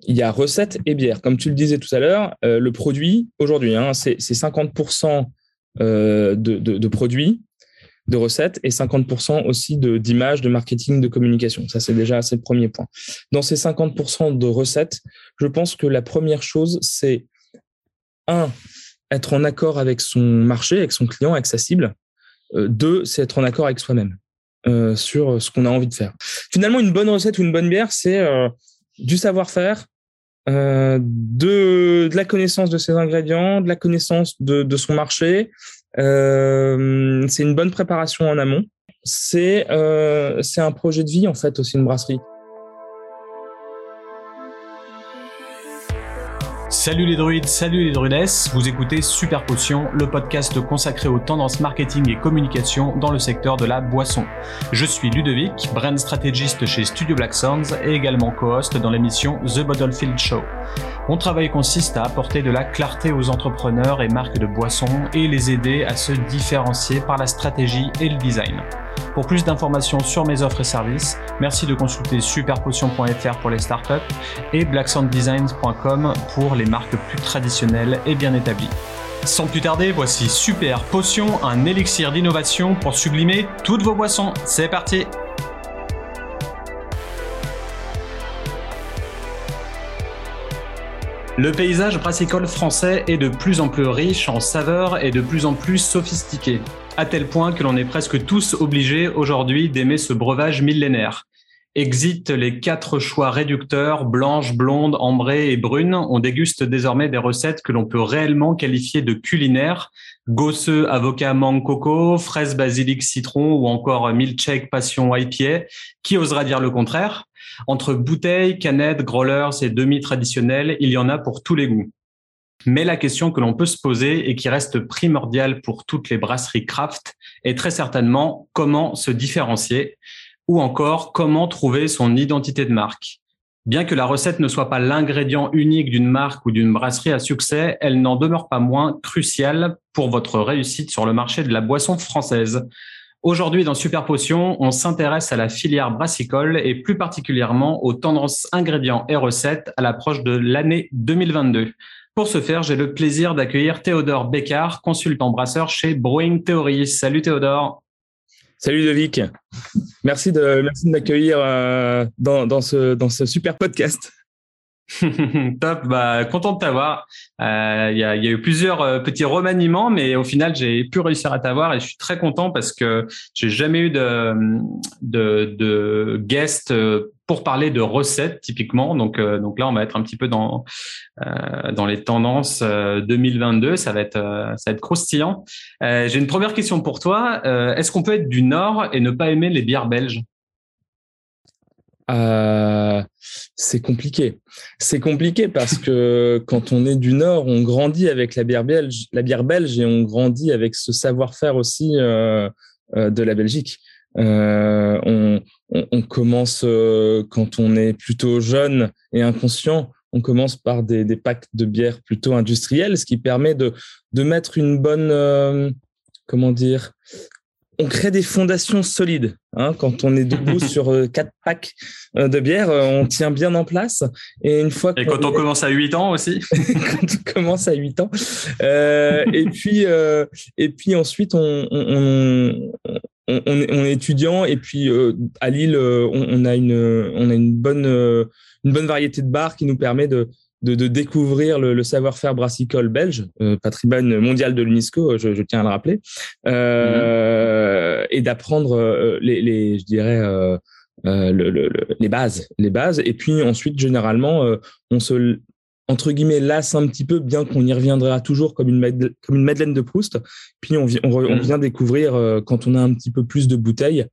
il y a recettes et bière. Comme tu le disais tout à l'heure, le produit, aujourd'hui, c'est 50% de produits, de recettes et 50% aussi d'images, de marketing, de communication. Ça, c'est le premier point. Dans ces 50% de recettes, je pense que la première chose, c'est être en accord avec son marché, avec son client, avec sa cible. Deux, c'est être en accord avec soi-même sur ce qu'on a envie de faire. Finalement, une bonne recette ou une bonne bière, c'est du savoir-faire, de la connaissance de ses ingrédients, de la connaissance de son marché. C'est une bonne préparation en amont. C'est un projet de vie, en fait, aussi, une brasserie. Salut les druides, salut les druidesses, vous écoutez Super Potion, le podcast consacré aux tendances marketing et communication dans le secteur de la boisson. Je suis Ludovic, brand stratégiste chez Studio Black Sounds et également co-host dans l'émission The Bottlefield Show. Mon travail consiste à apporter de la clarté aux entrepreneurs et marques de boissons et les aider à se différencier par la stratégie et le design. Pour plus d'informations sur mes offres et services, merci de consulter superpotion.fr pour les startups et blacksounddesigns.com pour les marques plus traditionnelles et bien établies. Sans plus tarder, voici Super Potion, un élixir d'innovation pour sublimer toutes vos boissons. C'est parti! Le paysage brassicole français est de plus en plus riche en saveurs et de plus en plus sophistiqué, à tel point que l'on est presque tous obligés aujourd'hui d'aimer ce breuvage millénaire. Exit les 4 choix réducteurs, blanche, blonde, ambrée et brune. On déguste désormais des recettes que l'on peut réellement qualifier de culinaires. Gosseux, avocat, mangue, coco, fraise, basilic, citron ou encore milkshake, passion, IPA. Qui osera dire le contraire? Entre bouteilles, canettes, growlers et demi-traditionnels, il y en a pour tous les goûts. Mais la question que l'on peut se poser et qui reste primordiale pour toutes les brasseries craft est très certainement comment se différencier ou encore comment trouver son identité de marque. Bien que la recette ne soit pas l'ingrédient unique d'une marque ou d'une brasserie à succès, elle n'en demeure pas moins cruciale pour votre réussite sur le marché de la boisson française. Aujourd'hui, dans Super Potion, on s'intéresse à la filière brassicole et plus particulièrement aux tendances ingrédients et recettes à l'approche de l'année 2022. Pour ce faire, j'ai le plaisir d'accueillir Théodore Beccard, consultant brasseur chez Brewing Theory. Salut Théodore. Salut Ludovic. Merci de m'accueillir dans ce super podcast. Top, content de t'avoir. Il y a eu plusieurs petits remaniements, mais au final, j'ai pu réussir à t'avoir et je suis très content parce que j'ai jamais eu de guest pour parler de recettes typiquement. Donc là, on va être un petit peu dans les tendances 2022. Ça va être croustillant. J'ai une première question pour toi. Est-ce qu'on peut être du Nord et ne pas aimer les bières belges? C'est compliqué. C'est compliqué parce que quand on est du Nord, on grandit avec la bière belge et on grandit avec ce savoir-faire aussi de la Belgique. On commence quand on est plutôt jeune et inconscient. On commence par des packs de bière plutôt industriels, ce qui permet de mettre une bonne on crée des fondations solides. Quand on est debout sur 4 packs de bière, on tient bien en place. Et une fois quand on commence à 8 ans aussi. Quand on commence à 8 ans. Et puis ensuite, on est étudiant. Et puis à Lille, on a une bonne variété de bars qui nous permet de découvrir le savoir-faire brassicole belge, patrimoine mondial de l'UNESCO, je tiens à le rappeler, et d'apprendre les bases. Et puis ensuite, généralement, on se entre guillemets lasse un petit peu, bien qu'on y reviendra toujours comme une Madeleine de Proust. Puis on vient découvrir quand on a un petit peu plus de bouteilles.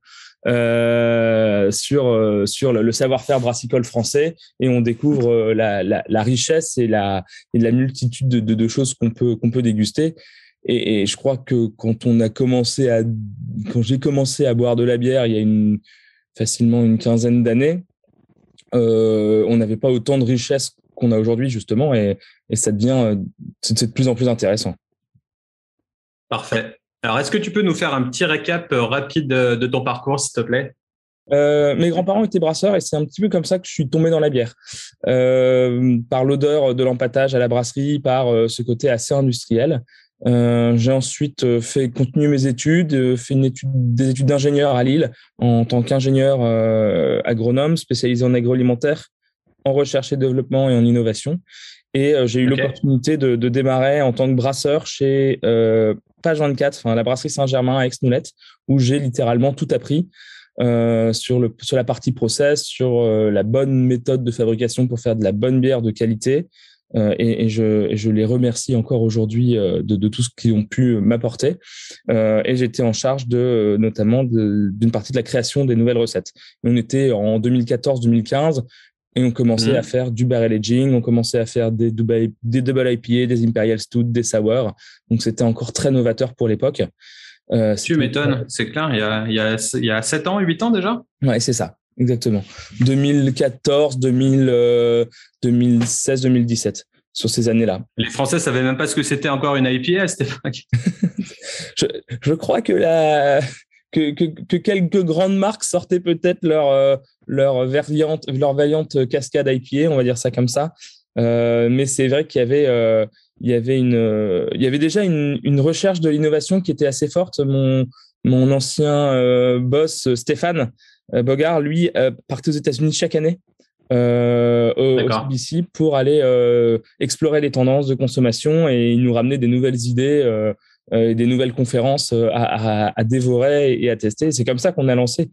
Sur le savoir-faire brassicole français et on découvre la richesse et la multitude de choses qu'on peut déguster et je crois que quand j'ai commencé à boire de la bière il y a facilement une quinzaine d'années, on n'avait pas autant de richesse qu'on a aujourd'hui justement et ça devient c'est de plus en plus intéressant. Parfait. Alors, est-ce que tu peux nous faire un petit récap rapide de ton parcours, s'il te plaît? Mes grands-parents étaient brasseurs et c'est un petit peu comme ça que je suis tombé dans la bière. Par l'odeur de l'empâtage à la brasserie, par ce côté assez industriel. J'ai ensuite continué mes études, fait des études d'ingénieur à Lille en tant qu'ingénieur agronome spécialisé en agroalimentaire, en recherche et développement et en innovation. Et j'ai eu l'opportunité de démarrer en tant que brasseur chez Page 24, enfin la brasserie Saint-Germain à Aix-Noulette, où j'ai littéralement tout appris sur la partie process, sur la bonne méthode de fabrication pour faire de la bonne bière de qualité. Et je les remercie encore aujourd'hui de tout ce qu'ils ont pu m'apporter. Et j'étais en charge notamment d'une partie de la création des nouvelles recettes. On était en 2014-2015 et on commençait à faire du barrel aging, on commençait à faire des double IPA, des Imperial Stout, des sour. Donc c'était encore très novateur pour l'époque. Tu m'étonnes, c'est clair, il y a 7 ans, 8 ans déjà? Ouais, c'est ça, exactement. 2014, 2016, 2017, sur ces années-là. Les Français ne savaient même pas ce que c'était encore une IPA à cette époque. je crois que quelques grandes marques sortaient peut-être leur variante cascade IPA, on va dire ça comme ça. Mais c'est vrai qu'il y avait déjà une recherche de l'innovation qui était assez forte. Mon ancien boss Stéphane Bogart, lui, partait aux États-Unis chaque année au CBC pour aller explorer les tendances de consommation et il nous ramenait des nouvelles idées et des nouvelles conférences à dévorer et à tester. C'est comme ça qu'on a lancé.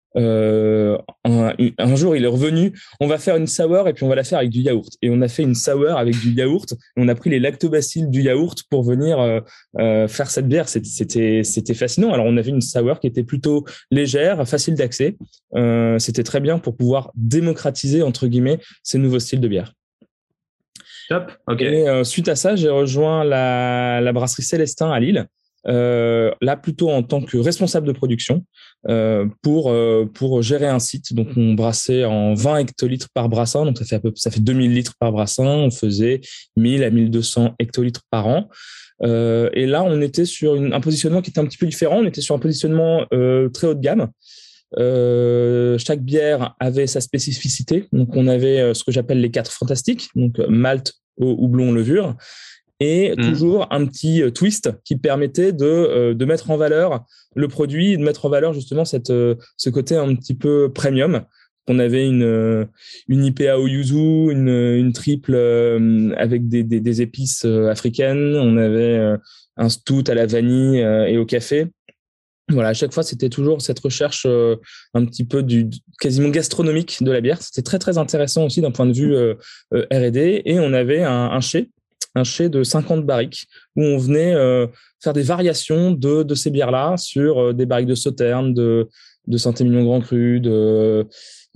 Un jour, il est revenu. On va faire une sour et puis on va la faire avec du yaourt. Et on a fait une sour avec du yaourt. Et on a pris les lactobacilles du yaourt pour venir faire cette bière. C'était fascinant. Alors, on avait une sour qui était plutôt légère, facile d'accès. C'était très bien pour pouvoir démocratiser entre guillemets ces nouveaux styles de bière. Top. Ok. Et suite à ça, j'ai rejoint la brasserie Célestin à Lille. Là plutôt en tant que responsable de production pour gérer un site. Donc on brassait en 20 hectolitres par brassin, donc ça fait 2000 litres par brassin. On faisait 1000 à 1200 hectolitres par an. Et là on était sur un positionnement qui était un petit peu différent. On était sur un positionnement très haut de gamme. Chaque bière avait sa spécificité. Donc on avait ce que j'appelle les 4 fantastiques, donc malt, eau, houblon, levure. Et toujours un petit twist qui permettait de mettre en valeur le produit, de mettre en valeur justement ce côté un petit peu premium. On avait une IPA au yuzu, une triple avec des épices africaines. On avait un stout à la vanille et au café. Voilà, à chaque fois, c'était toujours cette recherche un petit peu quasiment gastronomique de la bière. C'était très, très intéressant aussi d'un point de vue R&D. Et on avait un chai de 50 barriques où on venait faire des variations de ces bières-là sur des barriques de Sauternes, de Saint-Émilion Grand Cru, de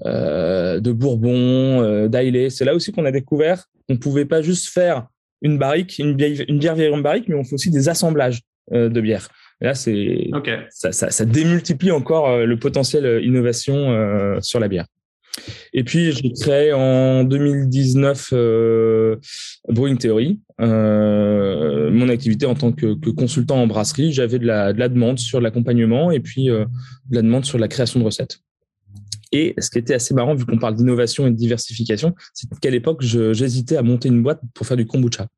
Bourbon, d'Ailey. C'est là aussi qu'on a découvert qu'on ne pouvait pas juste faire une bière vieille en barrique, mais on fait aussi des assemblages de bières. Et là, ça démultiplie encore le potentiel innovation sur la bière. Et puis, j'ai créé en 2019 Brewing Theory, mon activité en tant que consultant en brasserie. J'avais de la demande sur l'accompagnement et puis de la demande sur la création de recettes. Et ce qui était assez marrant, vu qu'on parle d'innovation et de diversification, c'est qu'à l'époque, j'hésitais à monter une boîte pour faire du kombucha.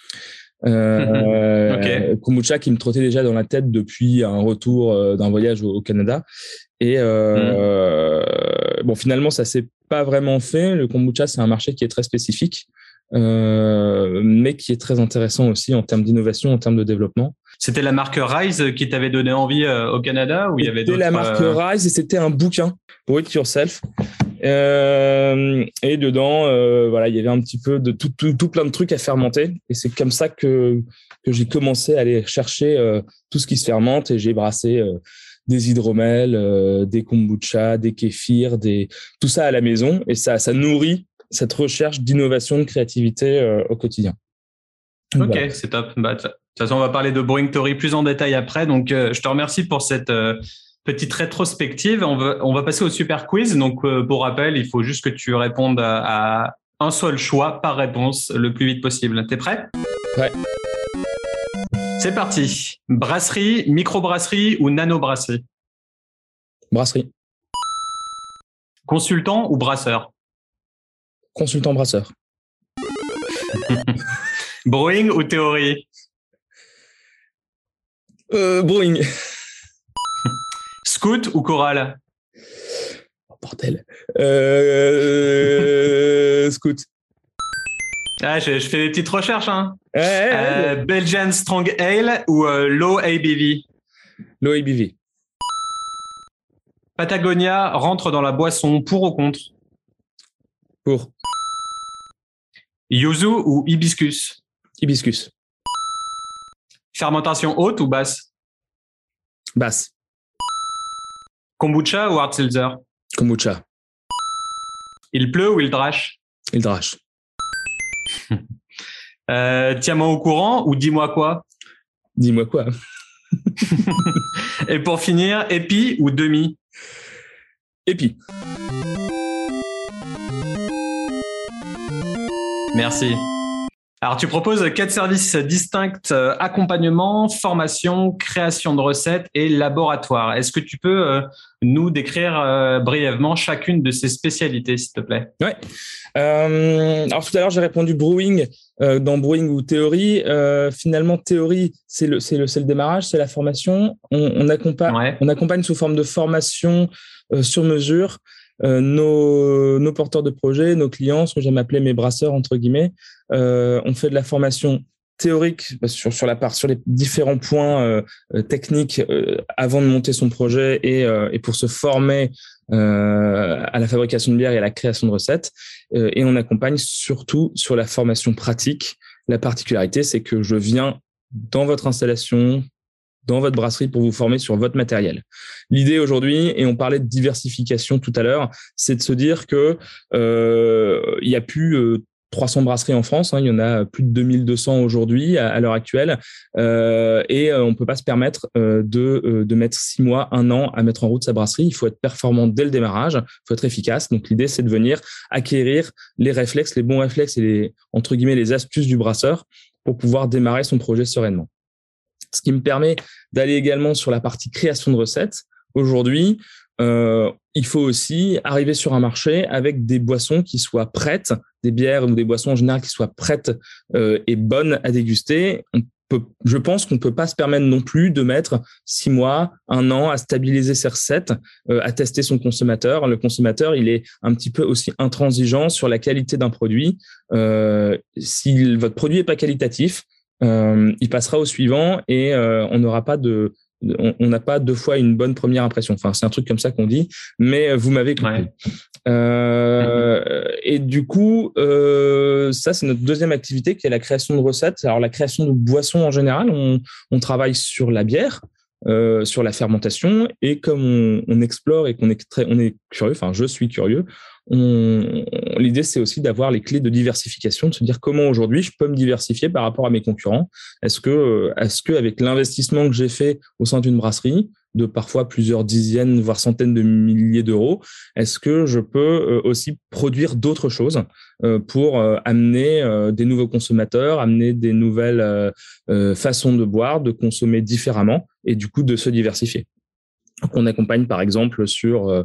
Kombucha qui me trottait déjà dans la tête depuis un retour d'un voyage au Canada. Et bon, finalement, ça s'est pas vraiment fait. Le kombucha, c'est un marché qui est très spécifique, mais qui est très intéressant aussi en termes d'innovation, en termes de développement. C'était la marque Rise qui t'avait donné envie au Canada ou il y avait d'autres? C'était la marque Rise et c'était un bouquin, Brew It Yourself. Et dedans, voilà, il y avait un petit peu de tout plein de trucs à fermenter. Et c'est comme ça que j'ai commencé à aller chercher tout ce qui se fermente et j'ai brassé des hydromels, des kombucha, des kéfirs, tout ça à la maison. Et ça nourrit cette recherche d'innovation, de créativité au quotidien. Donc, ok, voilà. C'est top. De toute façon, on va parler de Brewing Theory plus en détail après. Donc, je te remercie pour cette petite rétrospective. On va passer au super quiz. Donc, pour rappel, il faut juste que tu répondes à un seul choix par réponse le plus vite possible. T'es prêt? Ouais. C'est parti. Brasserie, microbrasserie ou nanobrasserie? Brasserie. Consultant ou brasseur? Consultant brasseur. Brewing ou théorie? Brewing. Scout ou chorale? Oh, bordel. Scout. Ah, je fais des petites recherches. Hein. Ouais. Belgian Strong Ale ou Low ABV? Low ABV. Patagonia rentre dans la boisson, pour ou contre? Pour. Yuzu ou hibiscus? Hibiscus. Fermentation haute ou basse? Basse. Kombucha ou hard seltzer? Kombucha. Il pleut ou il drache? Il drache. Tiens-moi au courant ou dis-moi quoi? Dis-moi quoi? Et pour finir, épi ou demi? Épi. Merci. Alors, tu proposes 4 services distincts, accompagnement, formation, création de recettes et laboratoire. Est-ce que tu peux nous décrire brièvement chacune de ces spécialités, s'il te plaît? Ouais. Alors, tout à l'heure, j'ai répondu brewing. Dans brewing ou théorie, finalement, théorie, c'est le démarrage, c'est la formation. On accompagne sous forme de formation sur mesure nos porteurs de projets, nos clients, ce que j'aime appeler mes brasseurs, entre guillemets. On fait de la formation théorique sur les différents points techniques avant de monter son projet et pour se former à la fabrication de bière et à la création de recettes. Et on accompagne surtout sur la formation pratique. La particularité, c'est que je viens dans votre installation, dans votre brasserie pour vous former sur votre matériel. L'idée aujourd'hui, et on parlait de diversification tout à l'heure, c'est de se dire que il y a plus 300 brasseries en France, hein, il y en a plus de 2200 aujourd'hui à l'heure actuelle, et on peut pas se permettre de mettre 6 mois, 1 an à mettre en route sa brasserie. Il faut être performant dès le démarrage, il faut être efficace. Donc l'idée, c'est de venir acquérir les réflexes, les bons réflexes et entre guillemets les astuces du brasseur pour pouvoir démarrer son projet sereinement. Ce qui me permet d'aller également sur la partie création de recettes. Aujourd'hui, il faut aussi arriver sur un marché avec des boissons qui soient prêtes, des bières ou des boissons en général qui soient prêtes et bonnes à déguster. Je pense qu'on ne peut pas se permettre non plus de mettre 6 mois, 1 an à stabiliser ses recettes, à tester son consommateur. Le consommateur, il est un petit peu aussi intransigeant sur la qualité d'un produit. Si votre produit n'est pas qualitatif, il passera au suivant et on n'a pas 2 fois une bonne première impression. Enfin, c'est un truc comme ça qu'on dit, mais vous m'avez compris. Ouais. Et du coup, ça, c'est notre deuxième activité qui est la création de recettes. Alors, la création de boissons en général, on travaille sur la bière, sur la fermentation, et comme on explore et on est curieux, enfin, je suis curieux, l'idée, c'est aussi d'avoir les clés de diversification, de se dire comment aujourd'hui je peux me diversifier par rapport à mes concurrents. Est-ce que avec l'investissement que j'ai fait au sein d'une brasserie, de parfois plusieurs dizaines, voire centaines de milliers d'euros, est-ce que je peux aussi produire d'autres choses pour amener des nouveaux consommateurs, amener des nouvelles façons de boire, de consommer différemment et du coup de se diversifier. Donc, on accompagne par exemple sur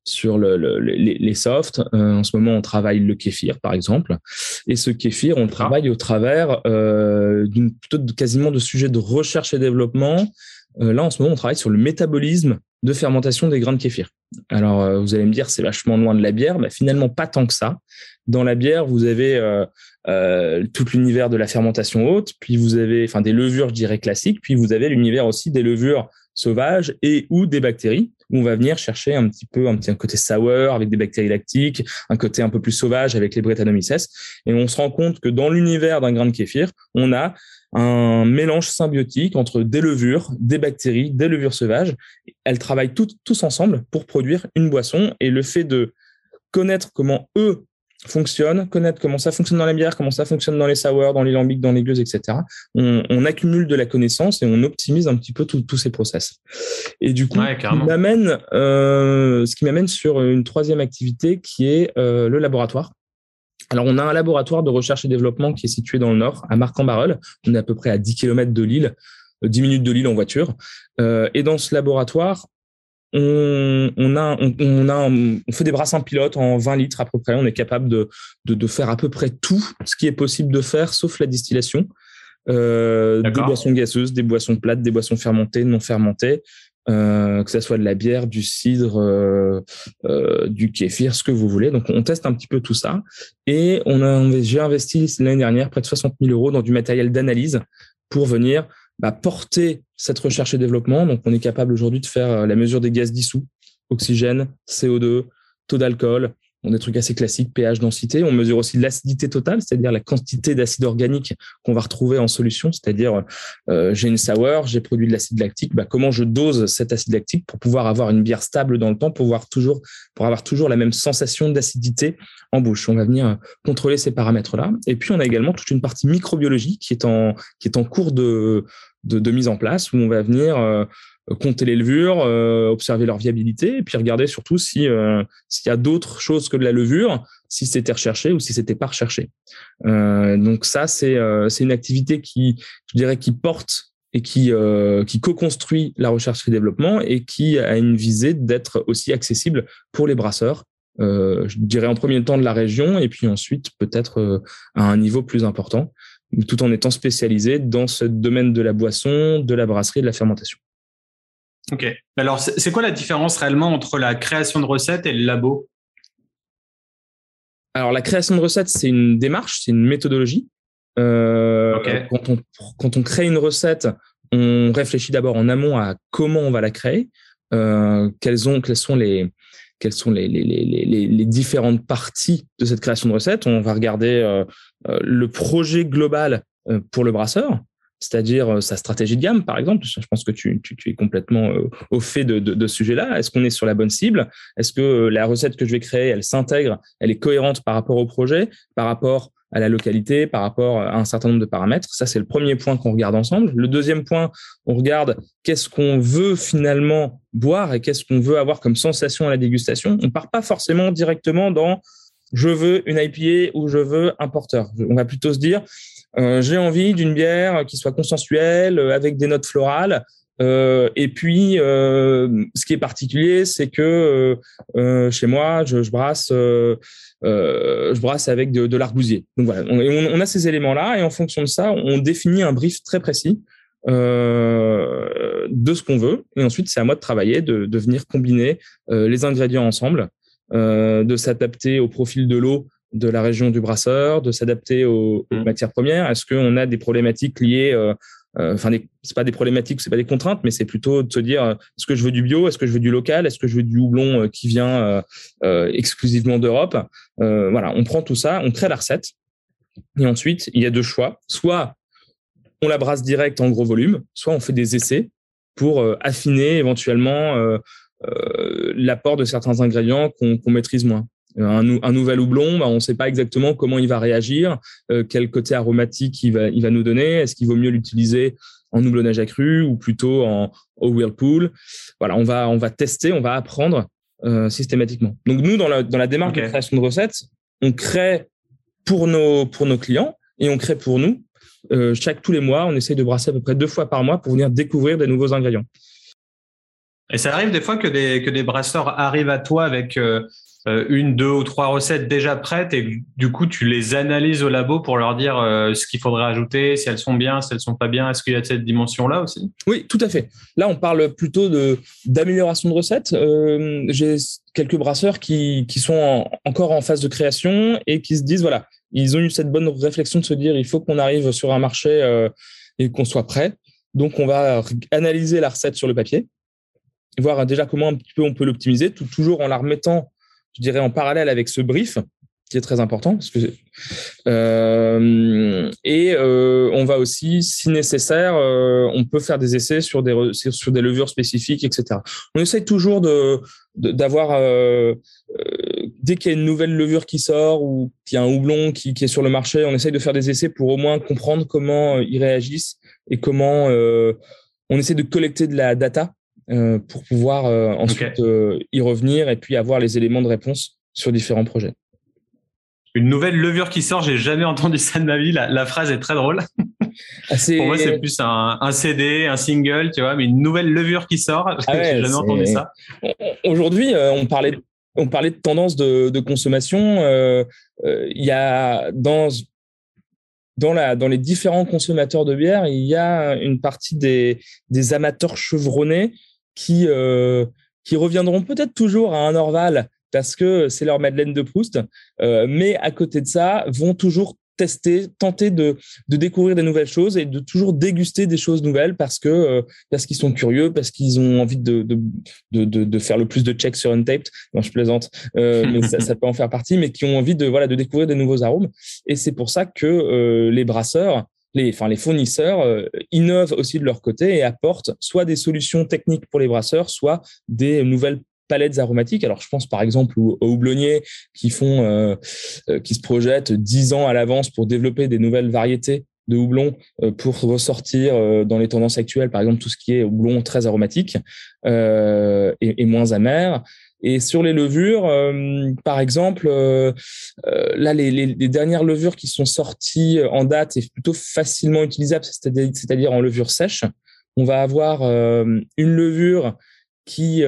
les softs. En ce moment, on travaille le kéfir, par exemple. Et ce kéfir, on le travaille au travers quasiment de sujets de recherche et développement. Là, en ce moment, on travaille sur le métabolisme de fermentation des grains de kéfir. Alors, vous allez me dire, c'est vachement loin de la bière, mais finalement, pas tant que ça. Dans la bière, vous avez tout l'univers de la fermentation haute, puis vous avez des levures, je dirais, classiques, puis vous avez l'univers aussi des levures sauvages et ou des bactéries, où on va venir chercher un côté sour avec des bactéries lactiques, un côté un peu plus sauvage avec les Brettanomyces. Et on se rend compte que dans l'univers d'un grain de kéfir, on a un mélange symbiotique entre des levures, des bactéries, des levures sauvages. Elles travaillent tous ensemble pour produire une boisson. Et le fait de connaître comment eux fonctionnent, connaître comment ça fonctionne dans la bière, comment ça fonctionne dans les sours, dans les lambics, dans les gueuses, etc. On accumule de la connaissance et on optimise un petit peu tous ces process. Et du coup, ce qui m'amène sur une troisième activité qui est le laboratoire. Alors, on a un laboratoire de recherche et développement qui est situé dans le Nord, à Marcq-en-Barœul. On est à peu près à 10 km de Lille, 10 minutes de Lille en voiture. Et dans ce laboratoire, on fait des brassins pilotes en 20 litres à peu près. On est capable de faire à peu près tout ce qui est possible de faire, sauf la distillation. Des boissons gazeuses, des boissons plates, des boissons fermentées, non fermentées, que ça soit de la bière, du cidre, du kéfir, ce que vous voulez. Donc, on teste un petit peu tout ça. Et j'ai investi l'année dernière près de 60 000 € dans du matériel d'analyse pour venir porter cette recherche et développement. Donc, on est capable aujourd'hui de faire la mesure des gaz dissous, oxygène, CO2, taux d'alcool. On a des trucs assez classiques, pH, densité. On mesure aussi l'acidité totale, c'est-à-dire la quantité d'acide organique qu'on va retrouver en solution. C'est-à-dire, j'ai une sour, j'ai produit de l'acide lactique. Comment je dose cet acide lactique pour pouvoir avoir une bière stable dans le temps, pour avoir toujours la même sensation d'acidité en bouche. On va venir contrôler ces paramètres-là. Et puis, on a également toute une partie microbiologie qui est en cours de mise en place, où on va venir compter les levures, observer leur viabilité, et puis regarder surtout s'il y a d'autres choses que de la levure, si c'était recherché ou si c'était pas recherché. Donc ça, c'est une activité qui, je dirais, qui porte et qui co-construit la recherche et le développement et qui a une visée d'être aussi accessible pour les brasseurs. Je dirais en premier temps de la région et puis ensuite peut-être à un niveau plus important, tout en étant spécialisé dans ce domaine de la boisson, de la brasserie et de la fermentation. Ok. Alors, c'est quoi la différence réellement entre la création de recettes et le labo ? Alors, la création de recettes, c'est une démarche, c'est une méthodologie. Quand on crée une recette, on réfléchit d'abord en amont à comment on va la créer, quelles sont les différentes parties de cette création de recette. On va regarder le projet global pour le brasseur, c'est-à-dire sa stratégie de gamme, par exemple. Je pense que tu es complètement au fait de ce sujet-là. Est-ce qu'on est sur la bonne cible ? Est-ce que la recette que je vais créer, elle s'intègre, elle est cohérente par rapport au projet, par rapport à la localité, par rapport à un certain nombre de paramètres ? Ça, c'est le premier point qu'on regarde ensemble. Le deuxième point, on regarde qu'est-ce qu'on veut finalement boire et qu'est-ce qu'on veut avoir comme sensation à la dégustation. On part pas forcément directement dans « je veux une IPA » ou « je veux un porter ». On va plutôt se dire j'ai envie d'une bière qui soit consensuelle, avec des notes florales. Et puis, ce qui est particulier, c'est que chez moi, je brasse avec de l'argousier. Donc voilà, on a ces éléments-là et en fonction de ça, on définit un brief très précis de ce qu'on veut. Et ensuite, c'est à moi de travailler, de venir combiner les ingrédients ensemble, de s'adapter au profil de l'eau de la région du brasseur, de s'adapter aux matières premières. Est-ce qu'on a des problématiques liées c'est pas des problématiques, c'est pas des contraintes, mais c'est plutôt de se dire est-ce que je veux du bio, est-ce que je veux du local, est-ce que je veux du houblon qui vient exclusivement d'Europe. Voilà, on prend tout ça, on crée la recette et ensuite il y a deux choix. Soit on la brasse direct en gros volume, soit on fait des essais pour affiner éventuellement l'apport de certains ingrédients qu'on maîtrise moins. Un nouvel houblon, on ne sait pas exactement comment il va réagir, quel côté aromatique il va nous donner. Est-ce qu'il vaut mieux l'utiliser en houblonnage accru ou plutôt au whirlpool ? Voilà, on va tester, on va apprendre systématiquement. Donc nous, dans la démarche de création de recettes, on crée pour nos clients et on crée pour nous. Tous les mois, on essaye de brasser à peu près 2 fois par mois pour venir découvrir des nouveaux ingrédients. Et ça arrive des fois que des brasseurs arrivent à toi avec 1, 2 ou 3 recettes déjà prêtes et du coup tu les analyses au labo pour leur dire ce qu'il faudrait ajouter, si elles sont bien, si elles sont pas bien. Est-ce qu'il y a cette dimension-là aussi ? Oui, tout à fait. Là, on parle plutôt d'amélioration de recettes. J'ai quelques brasseurs qui sont encore en phase de création et qui se disent voilà, ils ont eu cette bonne réflexion de se dire il faut qu'on arrive sur un marché et qu'on soit prêt. Donc on va analyser la recette sur le papier, voir déjà comment un petit peu on peut l'optimiser, toujours en la remettant, je dirais, en parallèle avec ce brief qui est très important. Parce que, on va aussi, si nécessaire, on peut faire des essais sur des levures spécifiques, etc. On essaye toujours d'avoir, dès qu'il y a une nouvelle levure qui sort ou qu'il y a un houblon qui est sur le marché, on essaye de faire des essais pour au moins comprendre comment ils réagissent et comment on essaie de collecter de la data pour pouvoir ensuite y revenir et puis avoir les éléments de réponse sur différents projets. Une nouvelle levure qui sort, j'ai jamais entendu ça de ma vie. La phrase est très drôle. Pour moi, c'est plus un CD, un single, tu vois, mais une nouvelle levure qui sort. J'ai jamais entendu ça. Aujourd'hui, on parlait de tendance de consommation. Il y a dans les différents consommateurs de bière, il y a une partie des amateurs chevronnés qui reviendront peut-être toujours à un Orval parce que c'est leur Madeleine de Proust, mais à côté de ça, vont toujours tenter de découvrir des nouvelles choses et de toujours déguster des choses nouvelles parce qu'ils sont curieux, parce qu'ils ont envie de faire le plus de checks sur Untapped. Non, je plaisante, mais ça peut en faire partie, mais qui ont envie de découvrir des nouveaux arômes. Et c'est pour ça que les brasseurs, les fournisseurs innovent aussi de leur côté et apportent soit des solutions techniques pour les brasseurs, soit des nouvelles palettes aromatiques. Alors, je pense par exemple aux houblonniers qui se projettent 10 ans à l'avance pour développer des nouvelles variétés de houblon pour ressortir dans les tendances actuelles, par exemple tout ce qui est houblon très aromatique et moins amer. Et sur les levures, par exemple, là, les dernières levures qui sont sorties en date et plutôt facilement utilisables, c'est-à-dire en levure sèche, on va avoir une levure donc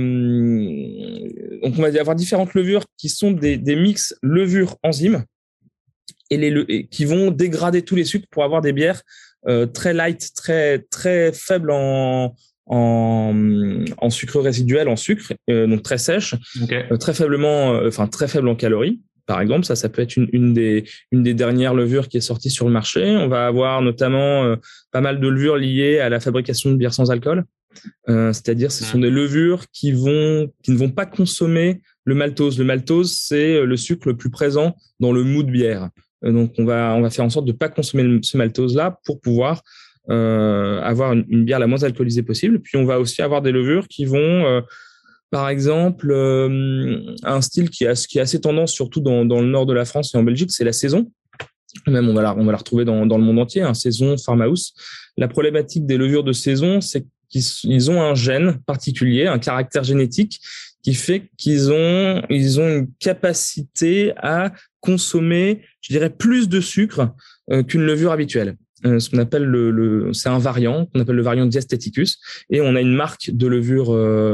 on va avoir différentes levures qui sont des mix levure-enzyme et qui vont dégrader tous les sucres pour avoir des bières très light, très très faibles en sucre résiduel, en sucre, donc très sèche, très faible en calories. Par exemple, ça peut être une des dernières levures qui est sortie sur le marché. On va avoir notamment pas mal de levures liées à la fabrication de bières sans alcool. C'est-à-dire, ce sont des levures qui ne vont pas consommer le maltose. Le maltose, c'est le sucre le plus présent dans le mou de bière. Donc, on va faire en sorte de pas consommer ce maltose-là pour pouvoir avoir une bière la moins alcoolisée possible. Puis, on va aussi avoir des levures qui vont, par exemple, un style qui a assez tendance, surtout dans le nord de la France et en Belgique, c'est la saison. Même, on va la retrouver dans le monde entier, saison, farmhouse. La problématique des levures de saison, c'est qu'ils ont un gène particulier, un caractère génétique qui fait qu'ils ont une capacité à consommer, je dirais, plus de sucre qu'une levure habituelle. Ce qu'on appelle c'est un variant qu'on appelle le variant diastheticus, et on a une marque de levure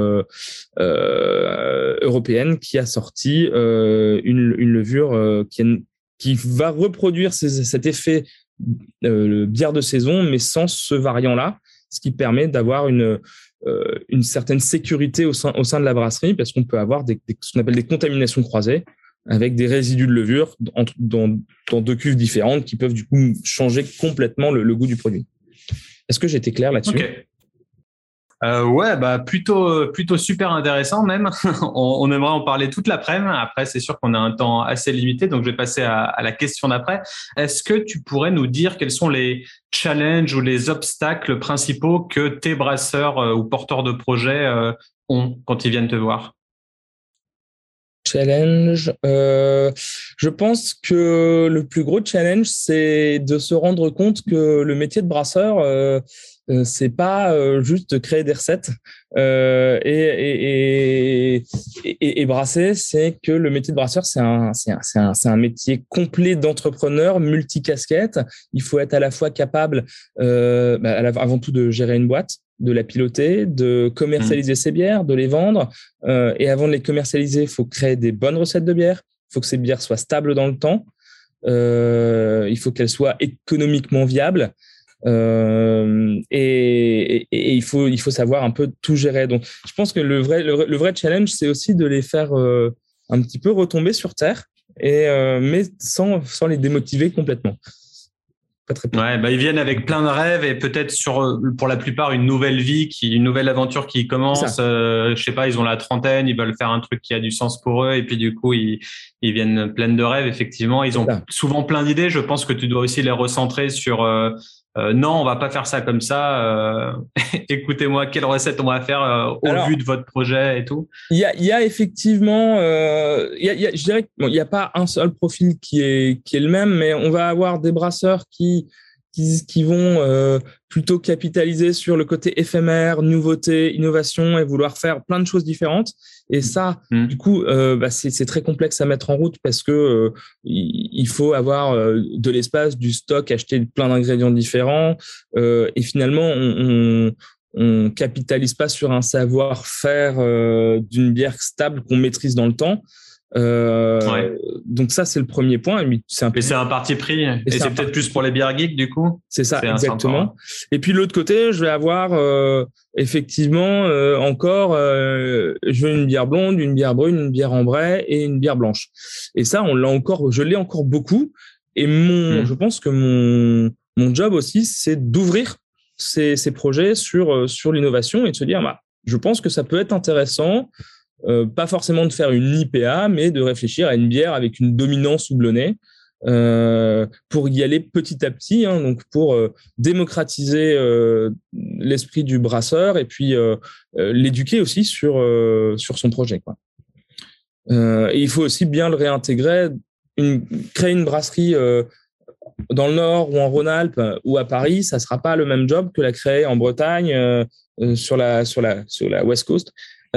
européenne qui a sorti une levure qui va reproduire cet effet bière de saison, mais sans ce variant-là, ce qui permet d'avoir une certaine sécurité au sein de la brasserie, parce qu'on peut avoir ce qu'on appelle des contaminations croisées avec des résidus de levure dans deux cuves différentes qui peuvent du coup changer complètement le goût du produit. Est-ce que j'ai été clair là-dessus ? Okay. Ouais, plutôt super intéressant même. On aimerait en parler toute l'après-midi. Après, c'est sûr qu'on a un temps assez limité, donc je vais passer à la question d'après. Est-ce que tu pourrais nous dire quels sont les challenges ou les obstacles principaux que tes brasseurs ou porteurs de projets ont quand ils viennent te voir ? Challenge. Je pense que le plus gros challenge, c'est de se rendre compte que le métier de brasseur, c'est pas juste créer des recettes et brasser. C'est que le métier de brasseur, c'est un métier complet d'entrepreneur, multicasquette. Il faut être à la fois capable, avant tout, de gérer une boîte, de la piloter, de commercialiser ses bières, de les vendre. Et avant de les commercialiser, il faut créer des bonnes recettes de bière. Il faut que ces bières soient stables dans le temps. Il faut qu'elles soient économiquement viables. Et il faut savoir un peu tout gérer. Donc, je pense que le vrai challenge, c'est aussi de les faire un petit peu retomber sur terre, mais sans les démotiver complètement. Pas très ouais, ils viennent avec plein de rêves et peut-être pour la plupart une nouvelle aventure qui commence. Je sais pas, ils ont la trentaine, ils veulent faire un truc qui a du sens pour eux et puis du coup ils viennent pleins de rêves. Effectivement, ils ont souvent plein d'idées. Je pense que tu dois aussi les recentrer sur non, on va pas faire ça comme ça. Écoutez-moi, quelle recette on va faire vu de votre projet et tout. Il y a effectivement, je dirais qu'il n'y a pas un seul profil qui est le même, mais on va avoir des brasseurs qui qui vont plutôt capitaliser sur le côté éphémère, nouveauté, innovation et vouloir faire plein de choses différentes. Et ça, du coup, c'est très complexe à mettre en route parce que il faut avoir de l'espace, du stock, acheter plein d'ingrédients différents. Et finalement, on capitalise pas sur un savoir-faire d'une bière stable qu'on maîtrise dans le temps. Donc ça, c'est le premier point. C'est un parti pris. Et c'est peut-être plus pour les bières geeks, du coup. C'est ça, exactement. Et puis de l'autre côté, je vais avoir effectivement encore, je veux une bière blonde, une bière brune, une bière ambrée et une bière blanche. Et ça, je l'ai encore beaucoup. Et je pense que mon job aussi, c'est d'ouvrir ces projets sur l'innovation et de se dire, je pense que ça peut être intéressant. Pas forcément de faire une IPA, mais de réfléchir à une bière avec une dominance houblonnée pour y aller petit à petit, donc pour démocratiser l'esprit du brasseur et puis l'éduquer aussi sur son projet, quoi. Et il faut aussi bien le réintégrer, créer une brasserie dans le Nord ou en Rhône-Alpes ou à Paris, ça sera pas le même job que la créer en Bretagne sur la West Coast. Ou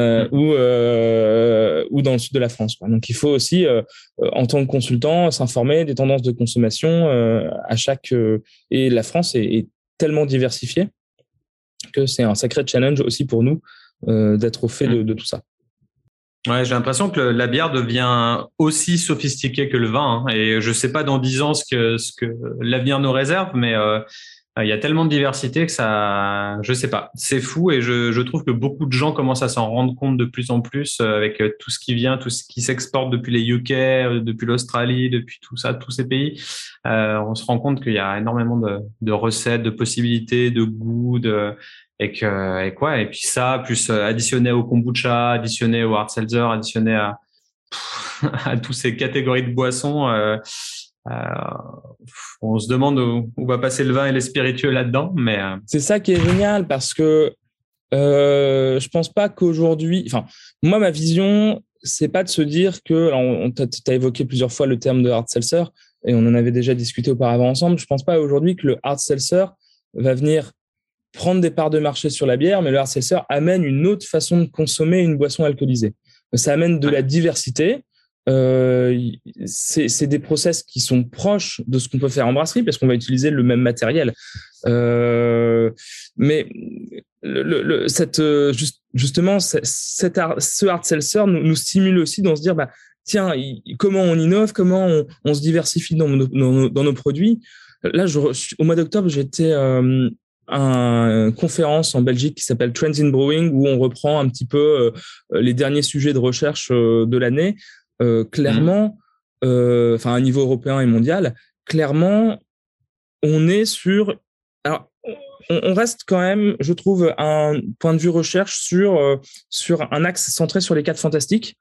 dans le sud de la France, quoi. Donc il faut aussi en tant que consultant s'informer des tendances de consommation à chaque et la France est tellement diversifiée que c'est un sacré challenge aussi pour nous d'être au fait de tout ça. Ouais, j'ai l'impression que la bière devient aussi sophistiquée que le vin, et je sais pas dans 10 ans ce que l'avenir nous réserve, mais il y a tellement de diversité que ça, je sais pas, c'est fou, et je trouve que beaucoup de gens commencent à s'en rendre compte de plus en plus avec tout ce qui vient, tout ce qui s'exporte depuis les UK, depuis l'Australie, depuis tout ça, tous ces pays. On se rend compte qu'il y a énormément de recettes, de possibilités, de goûts, et puis ça, plus additionné au kombucha, additionné au hard seltzer, additionné à toutes ces catégories de boissons. On se demande où va passer le vin et les spiritueux là-dedans, mais c'est ça qui est génial parce que je pense pas qu'aujourd'hui, moi ma vision c'est pas de se dire que, alors t'as évoqué plusieurs fois le terme de hard seltzer et on en avait déjà discuté auparavant ensemble. Je pense pas aujourd'hui que le hard seltzer va venir prendre des parts de marché sur la bière, mais le hard seltzer amène une autre façon de consommer une boisson alcoolisée. Ça amène de la diversité. C'est des process qui sont proches de ce qu'on peut faire en brasserie parce qu'on va utiliser le même matériel. Mais justement, ce hard seltzer nous stimule aussi dans se dire, tiens, comment on innove, comment on se diversifie dans nos produits. Là, au mois d'octobre, j'étais à une conférence en Belgique qui s'appelle Trends in Brewing où on reprend un petit peu les derniers sujets de recherche de l'année. Clairement, à un niveau européen et mondial, clairement, on est sur. Alors, on reste quand même, je trouve, un point de vue recherche sur un axe centré sur les 4 fantastiques,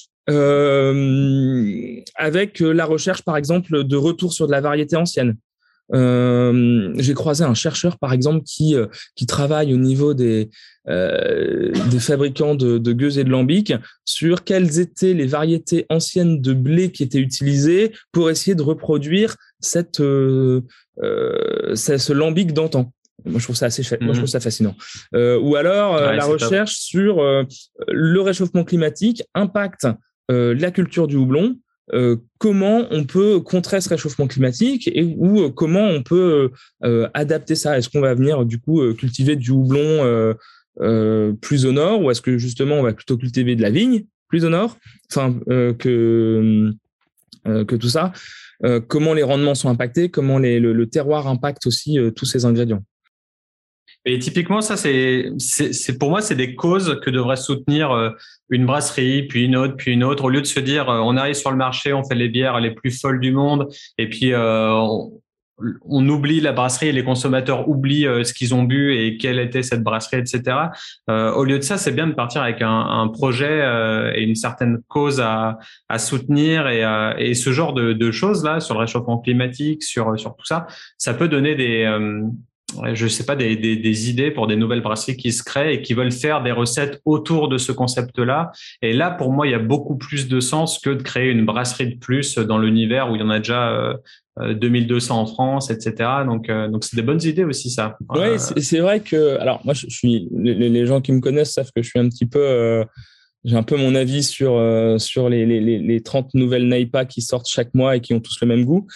avec la recherche, par exemple, de retour sur de la variété ancienne. J'ai croisé un chercheur, par exemple, qui travaille au niveau des fabricants de gueuses et de lambics sur quelles étaient les variétés anciennes de blé qui étaient utilisées pour essayer de reproduire ce lambic d'antan. Moi, je trouve ça moi, je trouve ça fascinant. Ou alors la recherche sur le réchauffement climatique impacte la culture du houblon. Comment on peut contrer ce réchauffement climatique ou comment on peut adapter ça. Est-ce qu'on va venir du coup cultiver du houblon plus au nord ou est-ce que justement on va plutôt cultiver de la vigne plus au nord, que tout ça. Comment les rendements sont impactés, comment le terroir impacte aussi tous ces ingrédients. Et typiquement, ça, c'est pour moi, c'est des causes que devrait soutenir une brasserie, puis une autre, puis une autre. Au lieu de se dire, on arrive sur le marché, on fait les bières les plus folles du monde, et puis on oublie la brasserie et les consommateurs oublient ce qu'ils ont bu et quelle était cette brasserie, etc. Au lieu de ça, c'est bien de partir avec un projet et une certaine cause à soutenir et ce genre de choses là sur le réchauffement climatique, sur tout ça, ça peut donner je sais pas, des idées pour des nouvelles brasseries qui se créent et qui veulent faire des recettes autour de ce concept-là. Et là, pour moi, il y a beaucoup plus de sens que de créer une brasserie de plus dans l'univers où il y en a déjà 2200 en France, etc. Donc c'est des bonnes idées aussi, ça. Oui, c'est vrai que, alors moi, je suis, les gens qui me connaissent savent que je suis un petit peu, j'ai un peu mon avis sur les 30 nouvelles NAIPA qui sortent chaque mois et qui ont tous le même goût,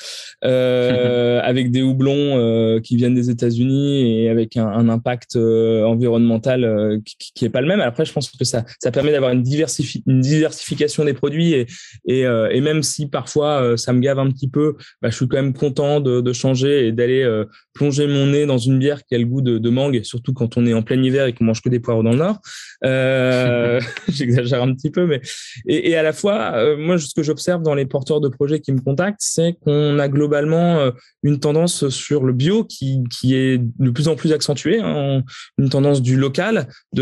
avec des houblons qui viennent des États-Unis et avec un impact environnemental qui est pas le même. Après, je pense que ça permet d'avoir une diversification des produits et même si parfois ça me gave un petit peu, bah, je suis quand même content de changer et d'aller plonger mon nez dans une bière qui a le goût de mangue, surtout quand on est en plein hiver et qu'on mange que des poireaux dans le Nord. J'exagère un petit peu, mais et à la fois, moi, ce que j'observe dans les porteurs de projets qui me contactent, c'est qu'on a globalement une tendance sur le bio qui est de plus en plus accentuée, hein, une tendance du local, de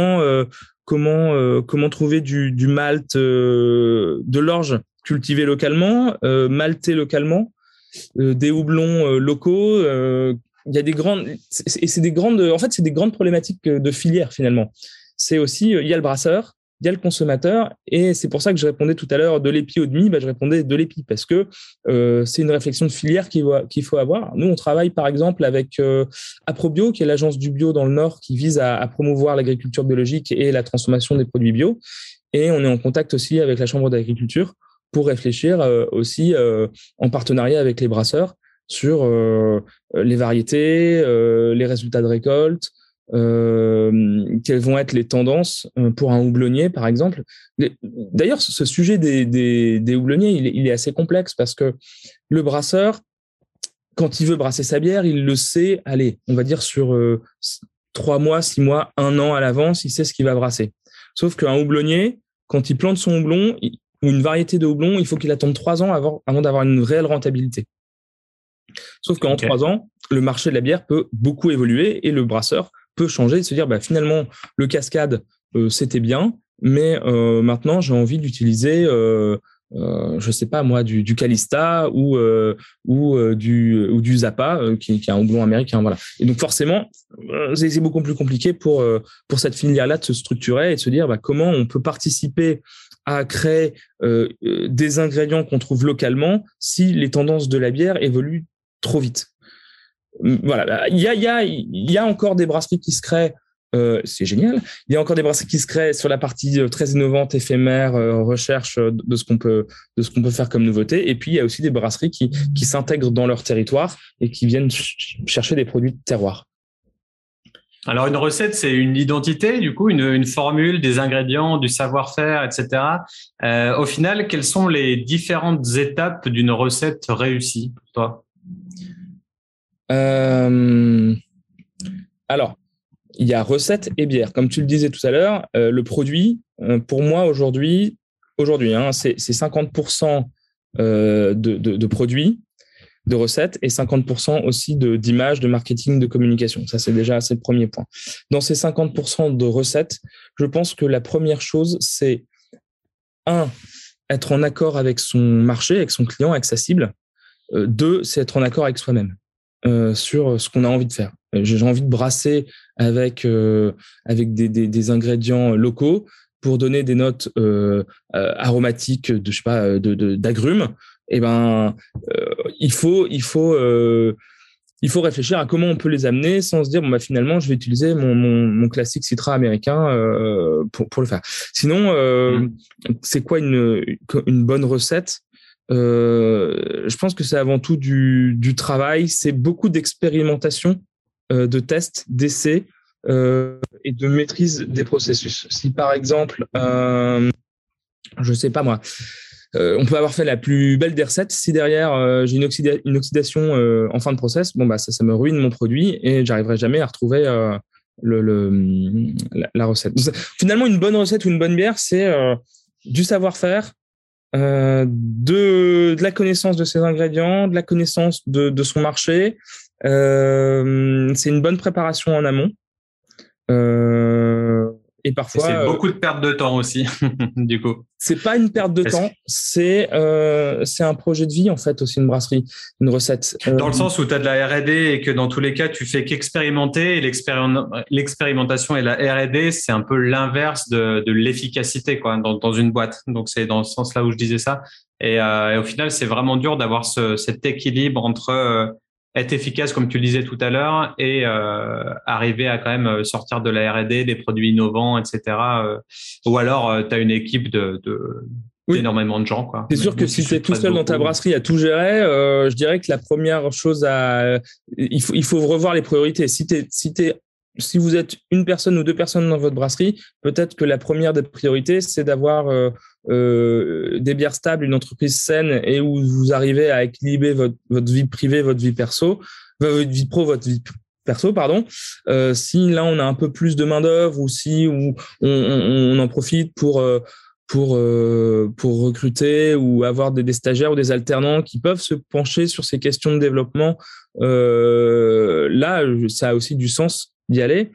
comment trouver du malt, de l'orge cultivé localement, malté localement, des houblons locaux. Il y a des grandes, c'est des grandes, en fait, c'est des grandes problématiques de filière finalement. C'est aussi, il y a le brasseur, il y a le consommateur, et c'est pour ça que je répondais tout à l'heure de l'épi au demi, je répondais de l'épi, parce que c'est une réflexion de filière qu'il faut avoir. Nous, on travaille par exemple avec Aprobio, qui est l'agence du bio dans le Nord, qui vise à promouvoir l'agriculture biologique et la transformation des produits bio, et on est en contact aussi avec la Chambre d'agriculture pour réfléchir aussi en partenariat avec les brasseurs sur les variétés, les résultats de récolte, quelles vont être les tendances pour un houblonnier, par exemple. D'ailleurs, ce sujet des houblonniers, il est assez complexe parce que le brasseur, quand il veut brasser sa bière, il le sait, allez, on va dire sur 3 mois, 6 mois, 1 an à l'avance, il sait ce qu'il va brasser. Sauf qu'un houblonnier, quand il plante son houblon, ou une variété de houblon, il faut qu'il attende 3 ans avant d'avoir une réelle rentabilité. Sauf qu'en 3 ans, le marché de la bière peut beaucoup évoluer et le brasseur peut changer et se dire finalement le cascade c'était bien, mais maintenant j'ai envie d'utiliser je sais pas moi du Calista ou du Zappa qui est un houblon américain, voilà. Et donc forcément c'est beaucoup plus compliqué pour cette filière là de se structurer et de se dire comment on peut participer à créer des ingrédients qu'on trouve localement si les tendances de la bière évoluent trop vite. Voilà, il y a encore des brasseries qui se créent, c'est génial. Il y a encore des brasseries qui se créent sur la partie très innovante, éphémère, recherche de ce qu'on peut faire comme nouveauté. Et puis il y a aussi des brasseries qui s'intègrent dans leur territoire et qui viennent chercher des produits de terroir. Alors une recette, c'est une identité, du coup, une formule, des ingrédients, du savoir-faire, etc. Au final, quelles sont les différentes étapes d'une recette réussie pour toi ? Alors, il y a recette et bière. Comme tu le disais tout à l'heure, le produit, pour moi aujourd'hui, c'est 50% de produits, de recettes et 50% aussi d'images, de marketing, de communication. Ça, c'est le premier point. Dans ces 50% de recettes, je pense que la première chose, c'est être en accord avec son marché, avec son client, avec sa cible. 2, c'est être en accord avec soi-même. Sur ce qu'on a envie de faire. J'ai envie de brasser avec des ingrédients locaux pour donner des notes aromatiques d'agrumes. Et il faut réfléchir à comment on peut les amener sans se dire finalement je vais utiliser mon classique Citra américain pour le faire. Sinon, c'est quoi une bonne recette? Je pense que c'est avant tout du travail, c'est beaucoup d'expérimentation, de tests, d'essais et de maîtrise des processus. Si par exemple, je sais pas moi, on peut avoir fait la plus belle des recettes, si derrière j'ai une oxydation en fin de process, ça me ruine mon produit et j'arriverai jamais à retrouver la recette. Donc, finalement, une bonne recette ou une bonne bière, c'est du savoir-faire, de la connaissance de ses ingrédients, de la connaissance de son marché. C'est une bonne préparation en amont. et parfois. C'est beaucoup de perte de temps aussi, du coup. C'est pas une perte de temps, c'est un projet de vie en fait aussi, une brasserie, une recette. Dans le sens où tu as de la R&D et que dans tous les cas tu fais qu'expérimenter, et l'expérimentation et la R&D c'est un peu l'inverse de l'efficacité quoi dans une boîte. Donc c'est dans ce sens-là où je disais ça. Et au final c'est vraiment dur d'avoir cet équilibre entre être efficace comme tu le disais tout à l'heure et arriver à quand même sortir de la R&D, des produits innovants, etc. Ou alors tu as une équipe oui. d'énormément de gens quoi. C'est sûr que si tu es tout seul dans ta brasserie à tout gérer, je dirais que la première chose il faut revoir les priorités. Si vous êtes une personne ou deux personnes dans votre brasserie, peut-être que la première des priorités, c'est d'avoir des bières stables, une entreprise saine et où vous arrivez à équilibrer votre vie privée, votre vie perso, votre vie pro, votre vie perso, pardon. Si là, on a un peu plus de main-d'œuvre ou si on en profite pour recruter ou avoir des stagiaires ou des alternants qui peuvent se pencher sur ces questions de développement, là, ça a aussi du sens d'y aller.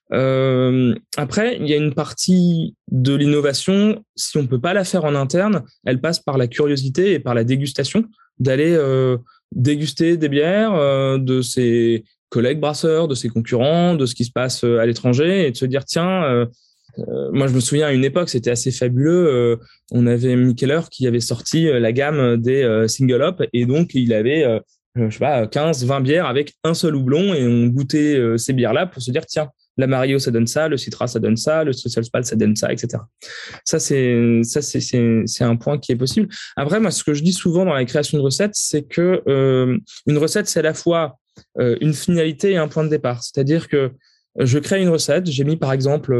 Après, il y a une partie de l'innovation, si on peut pas la faire en interne, elle passe par la curiosité et par la dégustation, d'aller déguster des bières de ses collègues brasseurs, de ses concurrents, de ce qui se passe à l'étranger et de se dire tiens, moi je me souviens à une époque c'était assez fabuleux, on avait Mikkeller qui avait sorti la gamme des single hop et donc il avait je sais pas 15-20 bières avec un seul houblon et on goûtait ces bières là pour se dire tiens, la Mario ça donne ça, le Citra ça donne ça, le Social Spal ça donne ça, etc. Ça c'est un point qui est possible. Après moi ce que je dis souvent dans la création de recettes c'est que une recette c'est à la fois une finalité et un point de départ, c'est-à-dire que je crée une recette, j'ai mis par exemple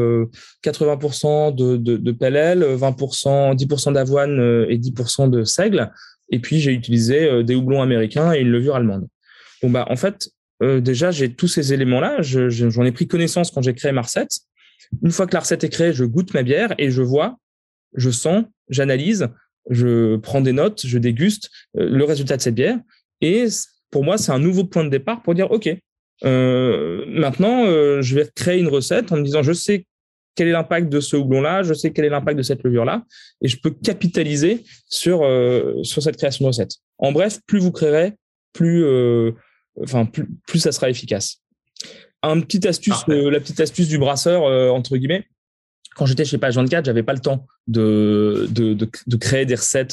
80% de PLL, 20%, 10% d'avoine et 10% de seigle, et puis j'ai utilisé des houblons américains et une levure allemande. Bon bah en fait, déjà j'ai tous ces éléments-là, j'en ai pris connaissance quand j'ai créé ma recette. Une fois que la recette est créée, je goûte ma bière et je vois, je sens, j'analyse, je prends des notes, je déguste le résultat de cette bière, et pour moi c'est un nouveau point de départ pour dire ok. Maintenant, je vais créer une recette en me disant je sais quel est l'impact de ce houblon-là, je sais quel est l'impact de cette levure-là, et je peux capitaliser sur cette création de recette. En bref, plus vous créerez, plus ça sera efficace. Une petite astuce, la petite astuce du brasseur entre guillemets. Quand j'étais chez Page 24, j'avais pas le temps de créer des recettes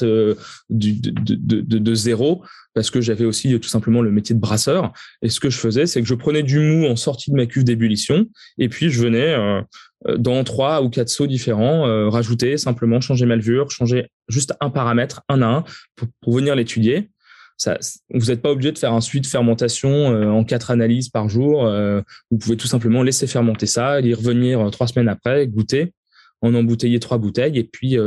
de zéro parce que j'avais aussi tout simplement le métier de brasseur. Et ce que je faisais, c'est que je prenais du mou en sortie de ma cuve d'ébullition et puis je venais dans 3 ou 4 seaux différents rajouter simplement, changer ma levure, changer juste un paramètre, un à un, pour venir l'étudier. Ça, vous n'êtes pas obligé de faire un suivi de fermentation en 4 analyses par jour. Vous pouvez tout simplement laisser fermenter ça, y revenir 3 semaines après, goûter, en embouteiller 3 bouteilles et puis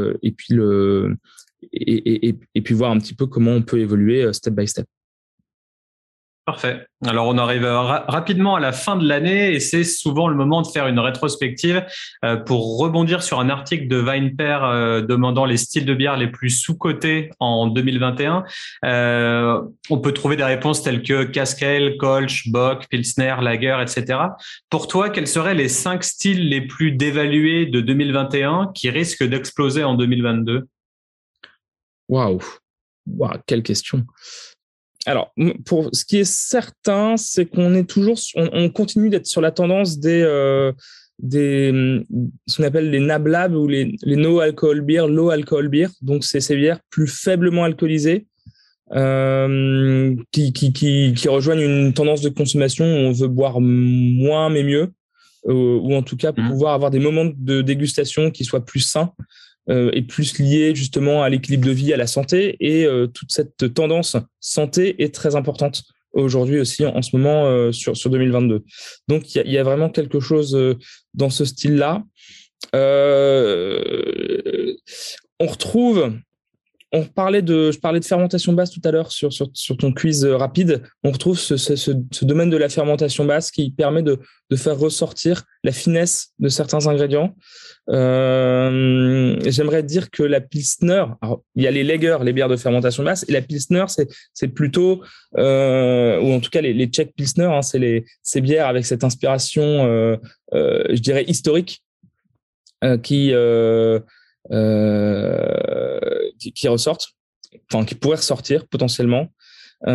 voir un petit peu comment on peut évoluer step by step. Parfait. Alors, on arrive rapidement à la fin de l'année et c'est souvent le moment de faire une rétrospective pour rebondir sur un article de VinePair demandant les styles de bière les plus sous-cotés en 2021. On peut trouver des réponses telles que Cask Ale, Kolsch, Bock, Pilsner, Lager, etc. Pour toi, quels seraient les 5 styles les plus dévalués de 2021 qui risquent d'exploser en 2022 ? Waouh, quelle question. Alors, pour ce qui est certain, c'est qu'on est toujours, on continue d'être sur la tendance ce qu'on appelle les NABLAB ou les no alcohol beer, low alcohol beer. Donc, c'est ces bières plus faiblement alcoolisées qui rejoignent une tendance de consommation où on veut boire moins mais mieux, ou en tout cas pouvoir avoir des moments de dégustation qui soient plus sains. Et plus lié justement à l'équilibre de vie, à la santé, et toute cette tendance santé est très importante aujourd'hui aussi en ce moment sur 2022. Donc il y a vraiment quelque chose dans ce style-là. Je parlais de fermentation basse tout à l'heure sur ton quiz rapide. On retrouve ce domaine de la fermentation basse qui permet de faire ressortir la finesse de certains ingrédients. J'aimerais dire que la Pilsner, alors, il y a les Lager, les bières de fermentation basse, et la Pilsner, c'est plutôt, ou en tout cas les Czech Pilsner, hein, c'est ces bières avec cette inspiration, je dirais historique, qui ressortent, enfin qui pourraient ressortir potentiellement. On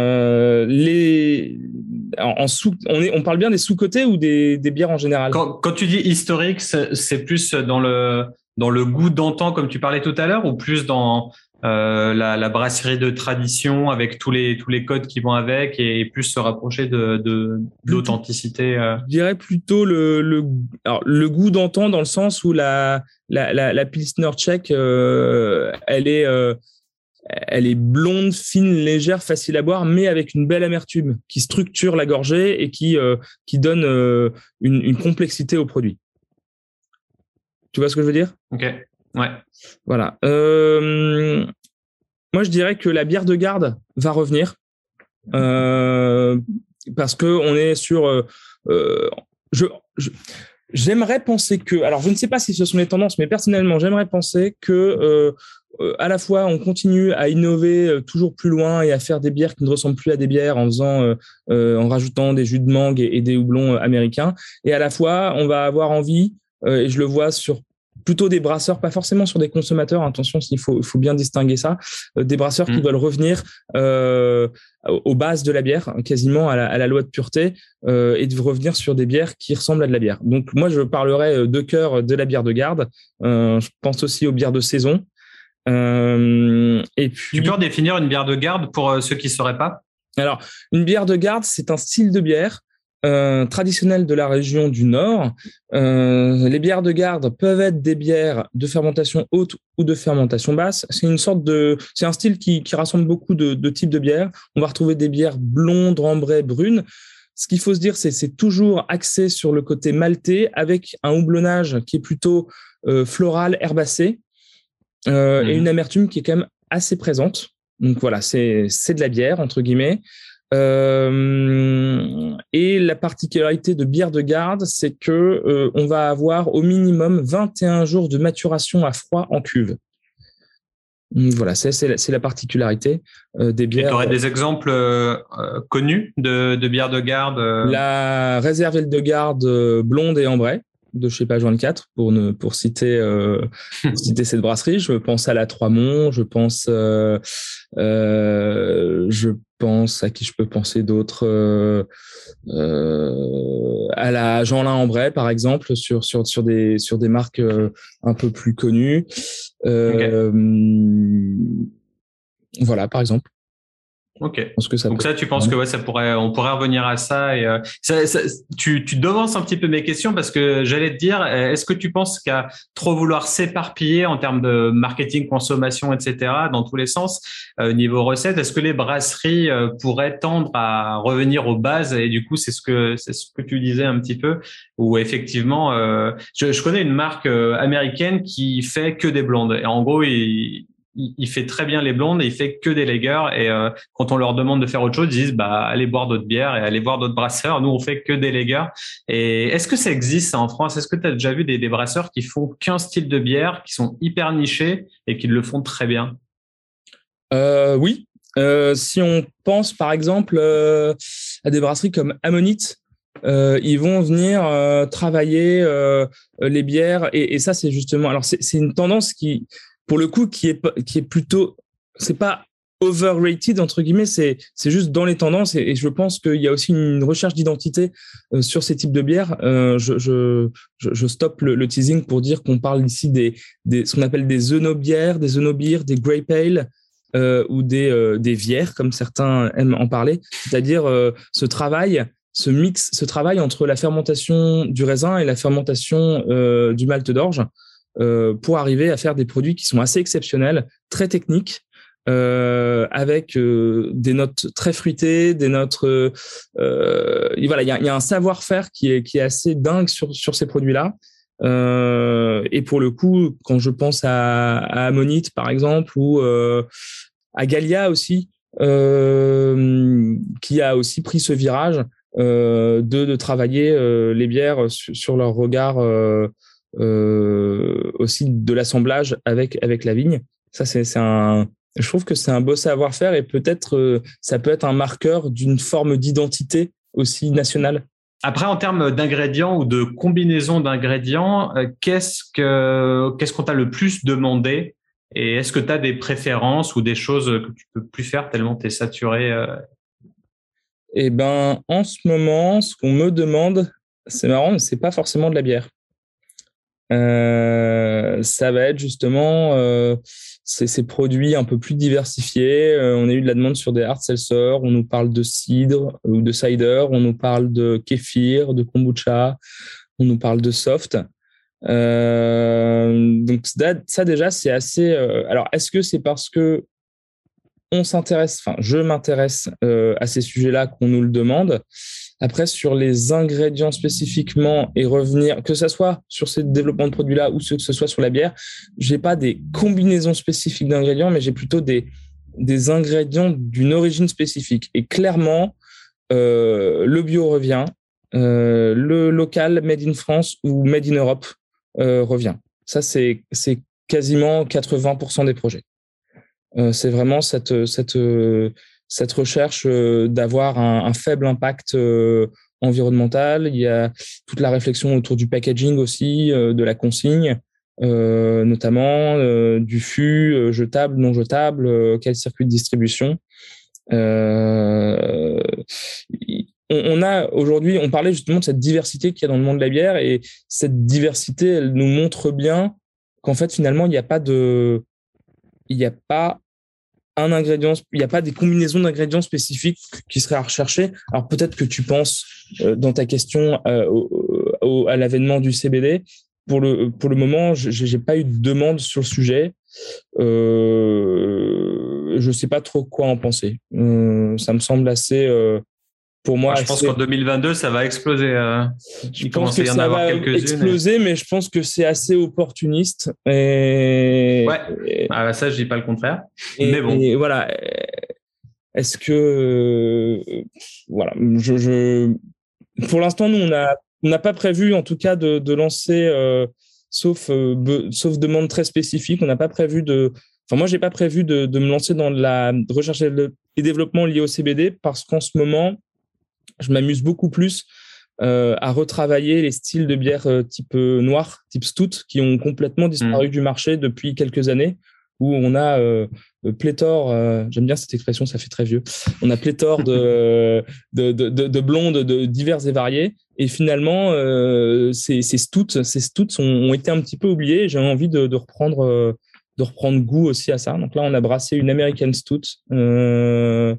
parle bien des sous-cotés ou des bières en général? Quand tu dis historique, c'est plus dans le goût d'antan, comme tu parlais tout à l'heure, ou plus dans la brasserie de tradition avec tous les codes qui vont avec et plus se rapprocher d'authenticité. Je dirais plutôt le goût d'antan dans le sens où la Pilsner tchèque, elle est blonde, fine, légère, facile à boire, mais avec une belle amertume qui structure la gorgée et qui donne une complexité au produit. Tu vois ce que je veux dire? Ok, ouais. Voilà. Moi, je dirais que la bière de garde va revenir parce que on est sur. J'aimerais penser que. Alors, je ne sais pas si ce sont les tendances, mais personnellement, j'aimerais penser que à la fois on continue à innover toujours plus loin et à faire des bières qui ne ressemblent plus à des bières en rajoutant des jus de mangue et des houblons américains, et à la fois on va avoir envie et je le vois sur plutôt des brasseurs, pas forcément sur des consommateurs, attention, il faut bien distinguer ça, des brasseurs qui veulent revenir aux bases de la bière, quasiment à la loi de pureté, et de revenir sur des bières qui ressemblent à de la bière. Donc moi, je parlerai de cœur de la bière de garde, je pense aussi aux bières de saison. Et puis, tu peux définir une bière de garde pour ceux qui ne sauraient pas? Alors, une bière de garde, c'est un style de bière traditionnel de la région du Nord. Les bières de garde peuvent être des bières de fermentation haute ou de fermentation basse. C'est un style qui rassemble beaucoup de types de bières. On va retrouver des bières blondes, ambrées, brunes. Ce qu'il faut se dire, c'est toujours axé sur le côté maltais avec un houblonnage qui est plutôt floral, herbacé. Et une amertume qui est quand même assez présente. Donc voilà, c'est de la bière, entre guillemets. Et la particularité de bière de garde, c'est que on va avoir au minimum 21 jours de maturation à froid en cuve. Voilà, c'est la particularité des bières. Tu aurais des exemples connus de bières de garde La réserve de garde blonde et ambrée de chez Page 24 pour citer cette brasserie. Je pense à la Trois-Monts, je pense à qui je peux penser d'autres, à la Jeanlin Ambray par exemple, sur des marques un peu plus connues. Voilà, par exemple. Ok. Donc ça, tu penses que on pourrait revenir à ça et tu devances un petit peu mes questions parce que j'allais te dire, est-ce que tu penses qu'à trop vouloir s'éparpiller en termes de marketing, consommation, etc. dans tous les sens niveau recettes, est-ce que les brasseries pourraient tendre à revenir aux bases et du coup c'est ce que tu disais un petit peu où effectivement je connais une marque américaine qui fait que des blondes et en gros il fait très bien les blondes et il fait que des lagers et quand on leur demande de faire autre chose, ils disent allez boire d'autres bières et allez voir d'autres brasseurs. Nous on fait que des lagers. Et est-ce que ça existe ça, en France? Est-ce que tu as déjà vu des brasseurs qui font qu'un style de bière, qui sont hyper nichés et qui le font très bien? Oui. Si on pense par exemple à des brasseries comme Ammonite, ils vont venir travailler les bières et ça c'est justement, alors c'est une tendance qui pour le coup, qui est plutôt, c'est pas overrated entre guillemets, c'est juste dans les tendances et je pense qu'il y a aussi une recherche d'identité sur ces types de bières. Je stoppe le teasing pour dire qu'on parle ici ce qu'on appelle des œnobières, des œnobières, des grape ale ou des bières comme certains aiment en parler, c'est-à-dire ce travail entre la fermentation du raisin et la fermentation du malt d'orge. Pour arriver à faire des produits qui sont assez exceptionnels, très techniques, avec des notes très fruitées, des notes. Voilà, il y a un savoir-faire qui est assez dingue sur ces produits-là. Et pour le coup, quand je pense à Ammonite par exemple ou à Gallia aussi, qui a aussi pris ce virage de travailler les bières sur leur regard. Aussi de l'assemblage avec la vigne. Ça je trouve que c'est un beau savoir-faire et peut-être ça peut être un marqueur d'une forme d'identité aussi nationale. Après, en termes d'ingrédients ou de combinaison d'ingrédients, qu'est-ce qu'on t'a le plus demandé? Et est-ce que tu as des préférences ou des choses que tu peux plus faire tellement tu es saturé? Eh ben, en ce moment, ce qu'on me demande, c'est marrant, mais c'est pas forcément de la bière. Ça va être justement ces produits un peu plus diversifiés. On a eu de la demande sur des hard seltzer, on nous parle de cidre ou de cider, on nous parle de kéfir, de kombucha, on nous parle de soft. Donc ça déjà, c'est assez... alors, est-ce que c'est parce que je m'intéresse à ces sujets-là qu'on nous le demande? Après, sur les ingrédients spécifiquement et revenir, que ce soit sur ces développements de produits-là ou que ce soit sur la bière, j'ai pas des combinaisons spécifiques d'ingrédients, mais j'ai plutôt des ingrédients d'une origine spécifique. Et clairement, le bio revient, le local made in France ou made in Europe revient. Ça, c'est quasiment 80% des projets. C'est vraiment cette recherche d'avoir un faible impact environnemental. Il y a toute la réflexion autour du packaging aussi, de la consigne, notamment du fût jetable, non jetable, quel circuit de distribution. On a aujourd'hui, on parlait justement de cette diversité qu'il y a dans le monde de la bière, et cette diversité, elle nous montre bien qu'en fait, finalement, il n'y a pas un ingrédient, il n'y a pas des combinaisons d'ingrédients spécifiques qui seraient à rechercher. Alors peut-être que tu penses dans ta question à l'avènement du CBD. Pour le moment, j'ai pas eu de demande sur le sujet. Je sais pas trop quoi en penser. Ça me semble assez, pour moi, je pense qu'en 2022, ça va exploser. Je pense que ça va exploser, mais je pense que c'est assez opportuniste. Et ça, je dis pas le contraire. Mais bon. Et voilà. Est-ce que voilà, pour l'instant, nous, on n'a pas prévu, en tout cas, de lancer, sauf demande très spécifique. On n'a pas prévu moi, j'ai pas prévu de me lancer dans la recherche et développement lié au CBD, parce qu'en ce moment, je m'amuse beaucoup plus à retravailler les styles de bière type noir, type stout, qui ont complètement disparu du marché depuis quelques années, où on a pléthore, j'aime bien cette expression, ça fait très vieux, on a pléthore de blondes de divers et variés, et finalement, ces stouts ont été un petit peu oubliés. J'ai envie de reprendre goût aussi à ça. Donc là, on a brassé une American Stout au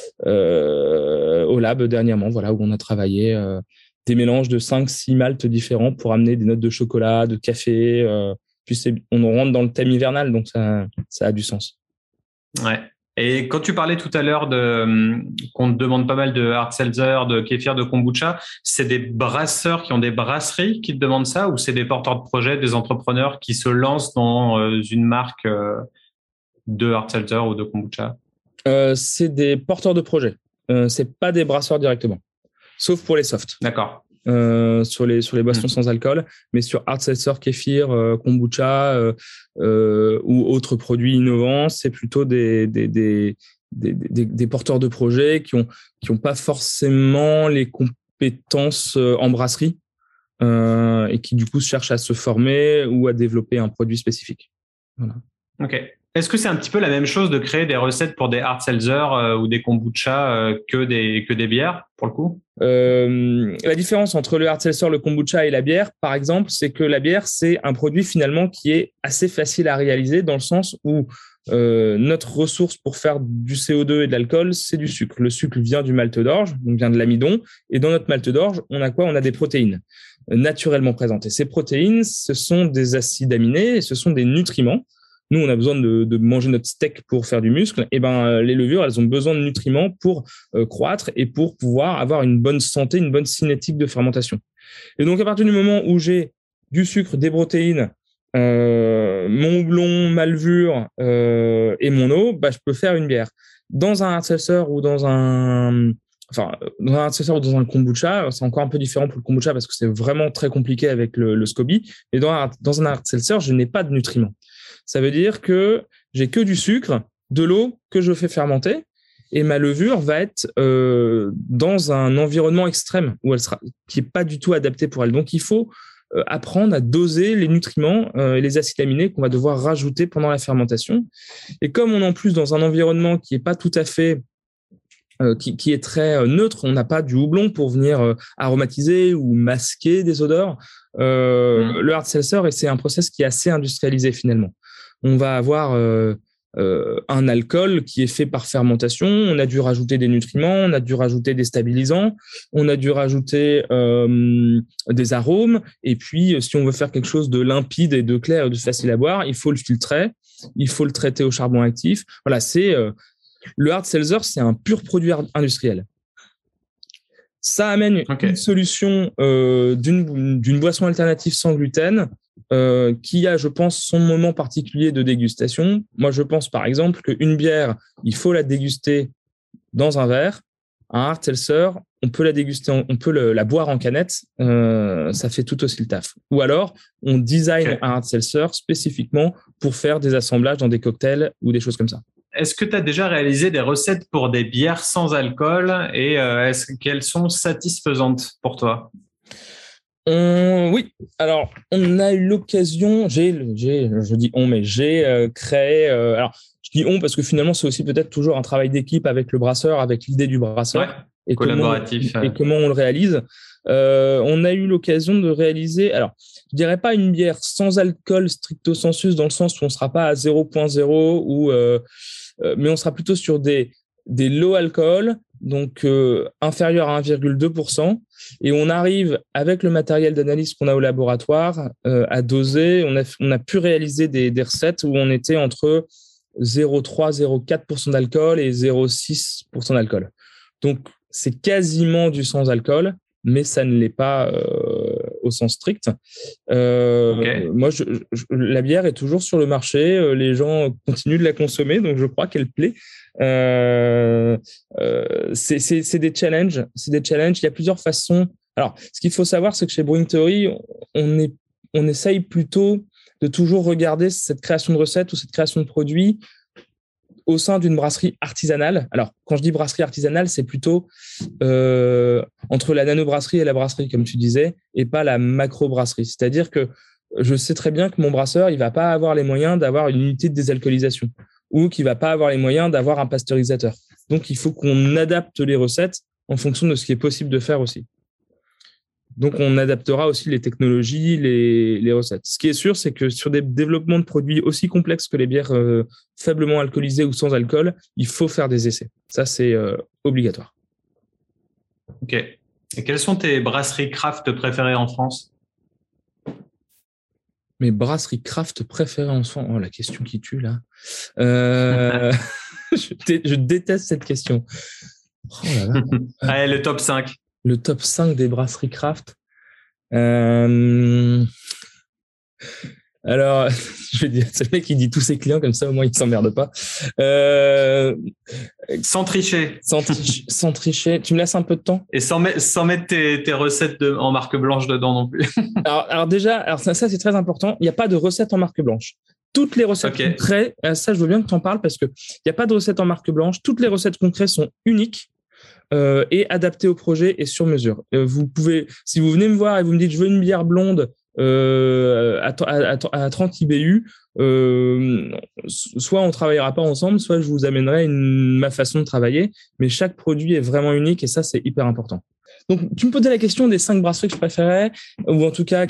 lab dernièrement, voilà, où on a travaillé des mélanges de 5-6 maltes différents pour amener des notes de chocolat, de café. Puis on rentre dans le thème hivernal, donc ça a du sens. Ouais. Et quand tu parlais tout à l'heure qu'on te demande pas mal de hard seltzer, de kéfir, de kombucha, c'est des brasseurs qui ont des brasseries qui te demandent ça, ou c'est des porteurs de projets, des entrepreneurs qui se lancent dans une marque de hard seltzer ou de kombucha? C'est des porteurs de projets. C'est pas des brasseurs directement, sauf pour les softs. D'accord. Sur les boissons sans alcool, mais sur hard seltzer, kéfir, kombucha ou autres produits innovants, c'est plutôt des porteurs de projets qui ont pas forcément les compétences en brasserie et qui du coup cherchent à se former ou à développer un produit spécifique. Voilà. Ok. Est-ce que c'est un petit peu la même chose de créer des recettes pour des hard seltzer ou des kombucha que des bières, pour le coup? La différence entre le hard seltzer, le kombucha et la bière, par exemple, c'est que la bière, c'est un produit finalement qui est assez facile à réaliser, dans le sens où notre ressource pour faire du CO2 et de l'alcool, c'est du sucre. Le sucre vient du malt d'orge, donc vient de l'amidon, et dans notre malt d'orge, on a quoi? On a des protéines naturellement présentes. Et ces protéines, ce sont des acides aminés, et ce sont des nutriments. Nous, on a besoin de manger notre steak pour faire du muscle. Et les levures, elles ont besoin de nutriments pour croître et pour pouvoir avoir une bonne santé, une bonne cinétique de fermentation. Et donc, à partir du moment où j'ai du sucre, des protéines, mon houblon, ma levure et mon eau, je peux faire une bière. Dans un hard seltzer ou dans un hard seltzer ou dans un kombucha, c'est encore un peu différent pour le kombucha parce que c'est vraiment très compliqué avec le SCOBY. Et dans un hard seltzer, je n'ai pas de nutriments. Ça veut dire que j'ai que du sucre, de l'eau que je fais fermenter. et ma levure va être dans un environnement extrême qui est pas du tout adapté pour elle. Donc, il faut apprendre à doser les nutriments et les acides aminés qu'on va devoir rajouter pendant la fermentation. Et comme on est en plus dans un environnement qui est pas tout à fait qui est très neutre, on n'a pas du houblon pour venir aromatiser ou masquer des odeurs. Le hard seltzer, et c'est un process qui est assez industrialisé finalement. On va avoir un alcool qui est fait par fermentation, on a dû rajouter des nutriments, on a dû rajouter des stabilisants, on a dû rajouter des arômes, et puis si on veut faire quelque chose de limpide et de clair et de facile à boire, il faut le filtrer, il faut le traiter au charbon actif. Voilà, le hard seltzer, c'est un pur produit industriel. Ça amène une solution d'une boisson alternative sans gluten qui a, je pense, son moment particulier de dégustation. Moi, je pense par exemple qu'une bière, il faut la déguster dans un verre. Un hard seltzer, on peut la déguster, on peut la boire en canette. Ça fait tout aussi le taf. Ou alors, on design un hard seltzer spécifiquement pour faire des assemblages dans des cocktails ou des choses comme ça. Est-ce que tu as déjà réalisé des recettes pour des bières sans alcool et qu'elles sont satisfaisantes pour toi? Oui. Alors, on a eu l'occasion, je dis on, mais j'ai créé. Alors, je dis on parce que finalement, c'est aussi peut-être toujours un travail d'équipe avec le brasseur, avec l'idée du brasseur et collaboratif. Comment on le réalise. On a eu l'occasion de réaliser. Alors, je dirais pas une bière sans alcool stricto sensus dans le sens où on sera pas à 0.0 ou mais on sera plutôt sur des low alcool, donc inférieur à 1,2%. Et on arrive, avec le matériel d'analyse qu'on a au laboratoire, à doser. On a pu réaliser des recettes où on était entre 0,3, 0,4% d'alcool et 0,6% d'alcool. Donc, c'est quasiment du sans alcool, mais ça ne l'est pas au sens strict. Moi, la bière est toujours sur le marché. Les gens continuent de la consommer, donc je crois qu'elle plaît. C'est des challenges. Il y a plusieurs façons. Alors, ce qu'il faut savoir, c'est que chez Brewing Theory, on essaye plutôt de toujours regarder cette création de recettes ou cette création de produits au sein d'une brasserie artisanale. Alors, quand je dis brasserie artisanale, c'est plutôt entre la nano-brasserie et la brasserie, comme tu disais, et pas la macro-brasserie. C'est-à-dire que je sais très bien que mon brasseur, il va pas avoir les moyens d'avoir une unité de désalcoolisation ou qu'il va pas avoir les moyens d'avoir un pasteurisateur. Donc, il faut qu'on adapte les recettes en fonction de ce qui est possible de faire aussi. Donc, on adaptera aussi les technologies, les recettes. Ce qui est sûr, c'est que sur des développements de produits aussi complexes que les bières faiblement alcoolisées ou sans alcool, il faut faire des essais. Ça, c'est obligatoire. Ok. Et quelles sont tes brasseries craft préférées en France? Mes brasseries craft préférées en France? Oh, la question qui tue, là. Je déteste cette question. Oh là là. Allez, le top 5. Le top 5 des brasseries craft. Alors, je vais dire, c'est le mec qui dit tous ses clients, comme ça, au moins, il ne s'emmerde pas. Sans tricher. Sans tricher. Tu me laisses un peu de temps? Et sans mettre tes recettes en marque blanche dedans non plus. alors déjà, ça, c'est très important. Il n'y a pas de recette en marque blanche. Toutes les recettes qu'on crée, ça, je veux bien que tu en parles parce qu'il n'y a pas de recette en marque blanche. Toutes les recettes qu'on crée sont uniques. Et adapté au projet et sur mesure. Vous pouvez, si vous venez me voir et vous me dites je veux une bière blonde à 30 IBU, soit on travaillera pas ensemble, soit je vous amènerai ma façon de travailler, mais chaque produit est vraiment unique et ça c'est hyper important. Donc tu me posais la question des 5 brasseries que je préférais ou en tout cas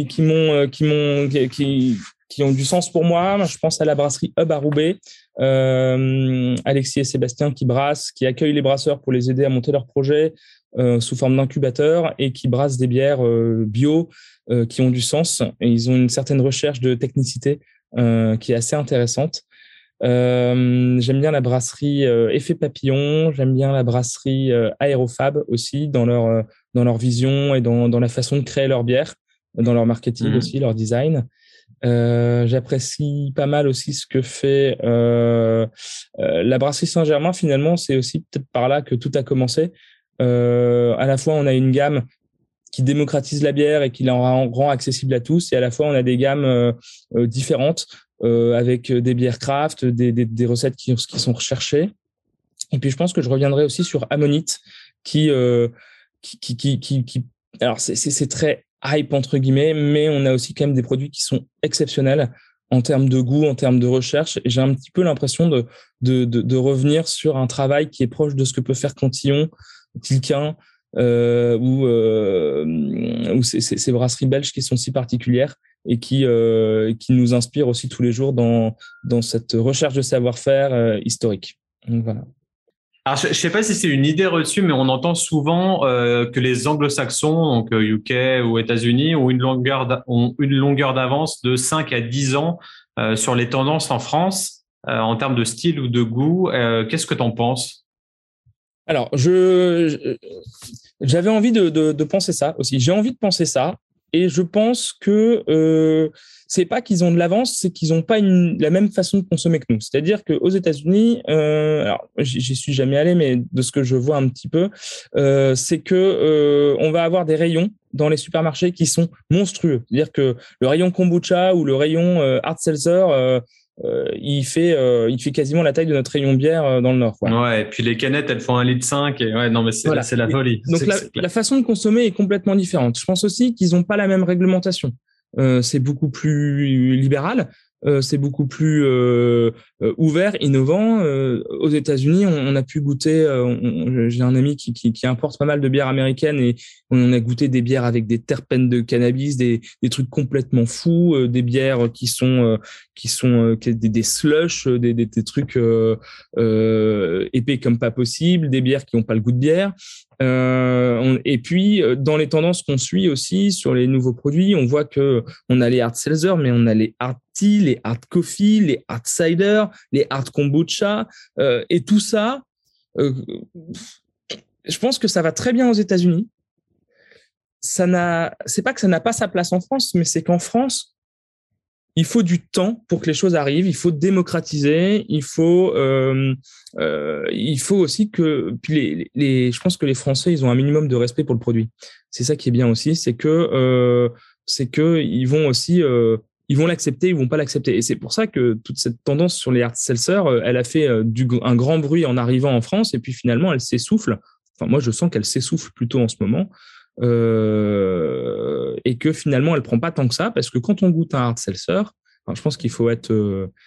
qui ont du sens pour moi. Je pense à la brasserie Hub à Roubaix, Alexis et Sébastien qui brassent, qui accueillent les brasseurs pour les aider à monter leur projet sous forme d'incubateur et qui brassent des bières bio qui ont du sens et ils ont une certaine recherche de technicité qui est assez intéressante. J'aime bien la brasserie Effet Papillon, j'aime bien la brasserie Aérofab aussi dans leur vision et dans la façon de créer leur bière, dans leur marketing aussi, leur design. J'apprécie pas mal aussi ce que fait la brasserie Saint-Germain. Finalement, c'est aussi peut-être par là que tout a commencé. À la fois, on a une gamme qui démocratise la bière et qui la rend accessible à tous, et à la fois, on a des gammes différentes avec des bières craft, des recettes qui sont recherchées. Et puis, je pense que je reviendrai aussi sur Ammonite, qui alors, c'est très hype, entre guillemets, mais on a aussi quand même des produits qui sont exceptionnels en termes de goût, en termes de recherche. Et j'ai un petit peu l'impression de revenir sur un travail qui est proche de ce que peut faire Cantillon, Tilquin, ou ces brasseries belges qui sont si particulières et qui nous inspirent aussi tous les jours dans cette recherche de savoir-faire historique. Donc voilà. Alors, je ne sais pas si c'est une idée reçue, mais on entend souvent que les anglo-saxons, donc UK ou États-Unis, ont une longueur d'avance de 5 à 10 ans sur les tendances en France en termes de style ou de goût. Qu'est-ce que tu en penses? Alors, j'avais envie de penser ça aussi. J'ai envie de penser ça. Et je pense que c'est pas qu'ils ont de l'avance, c'est qu'ils n'ont pas la même façon de consommer que nous. C'est-à-dire qu'aux États-Unis, alors j'y suis jamais allé, mais de ce que je vois un petit peu, c'est que on va avoir des rayons dans les supermarchés qui sont monstrueux. C'est-à-dire que le rayon kombucha ou le rayon hard seltzer, il fait quasiment la taille de notre rayon bière dans le Nord, quoi. Ouais, et puis les canettes, elles font 1,5 litre. Et ouais, non, mais c'est, Voilà. c'est la folie. Donc la façon de consommer est complètement différente. Je pense aussi qu'ils n'ont pas la même réglementation. C'est beaucoup plus libéral, c'est beaucoup plus ouvert, innovant. Aux États-Unis, on a pu goûter. J'ai un ami qui importe pas mal de bières américaines et on a goûté des bières avec des terpènes de cannabis, des trucs complètement fous, des bières qui sont des slushs, des trucs épais comme pas possible, des bières qui n'ont pas le goût de bière. Et puis dans les tendances qu'on suit aussi sur les nouveaux produits, on voit que on a les hard seltzer, mais on a les hard tea, les hard coffee, les hard cider, les hard kombucha, et tout ça. Je pense que ça va très bien aux États-Unis. C'est pas que ça n'a pas sa place en France, mais c'est qu'en France, il faut du temps pour que les choses arrivent. Il faut démocratiser. Il faut aussi que. Puis je pense que les Français, ils ont un minimum de respect pour le produit. C'est ça qui est bien aussi, c'est que ils vont aussi, ils vont l'accepter, ils vont pas l'accepter. Et c'est pour ça que toute cette tendance sur les hard seltzer, elle a fait un grand bruit en arrivant en France, et puis finalement, elle s'essouffle. Enfin, moi, je sens qu'elle s'essouffle plutôt en ce moment. Et que finalement elle prend pas tant que ça, parce que quand on goûte un hard seltzer, je pense qu'il faut être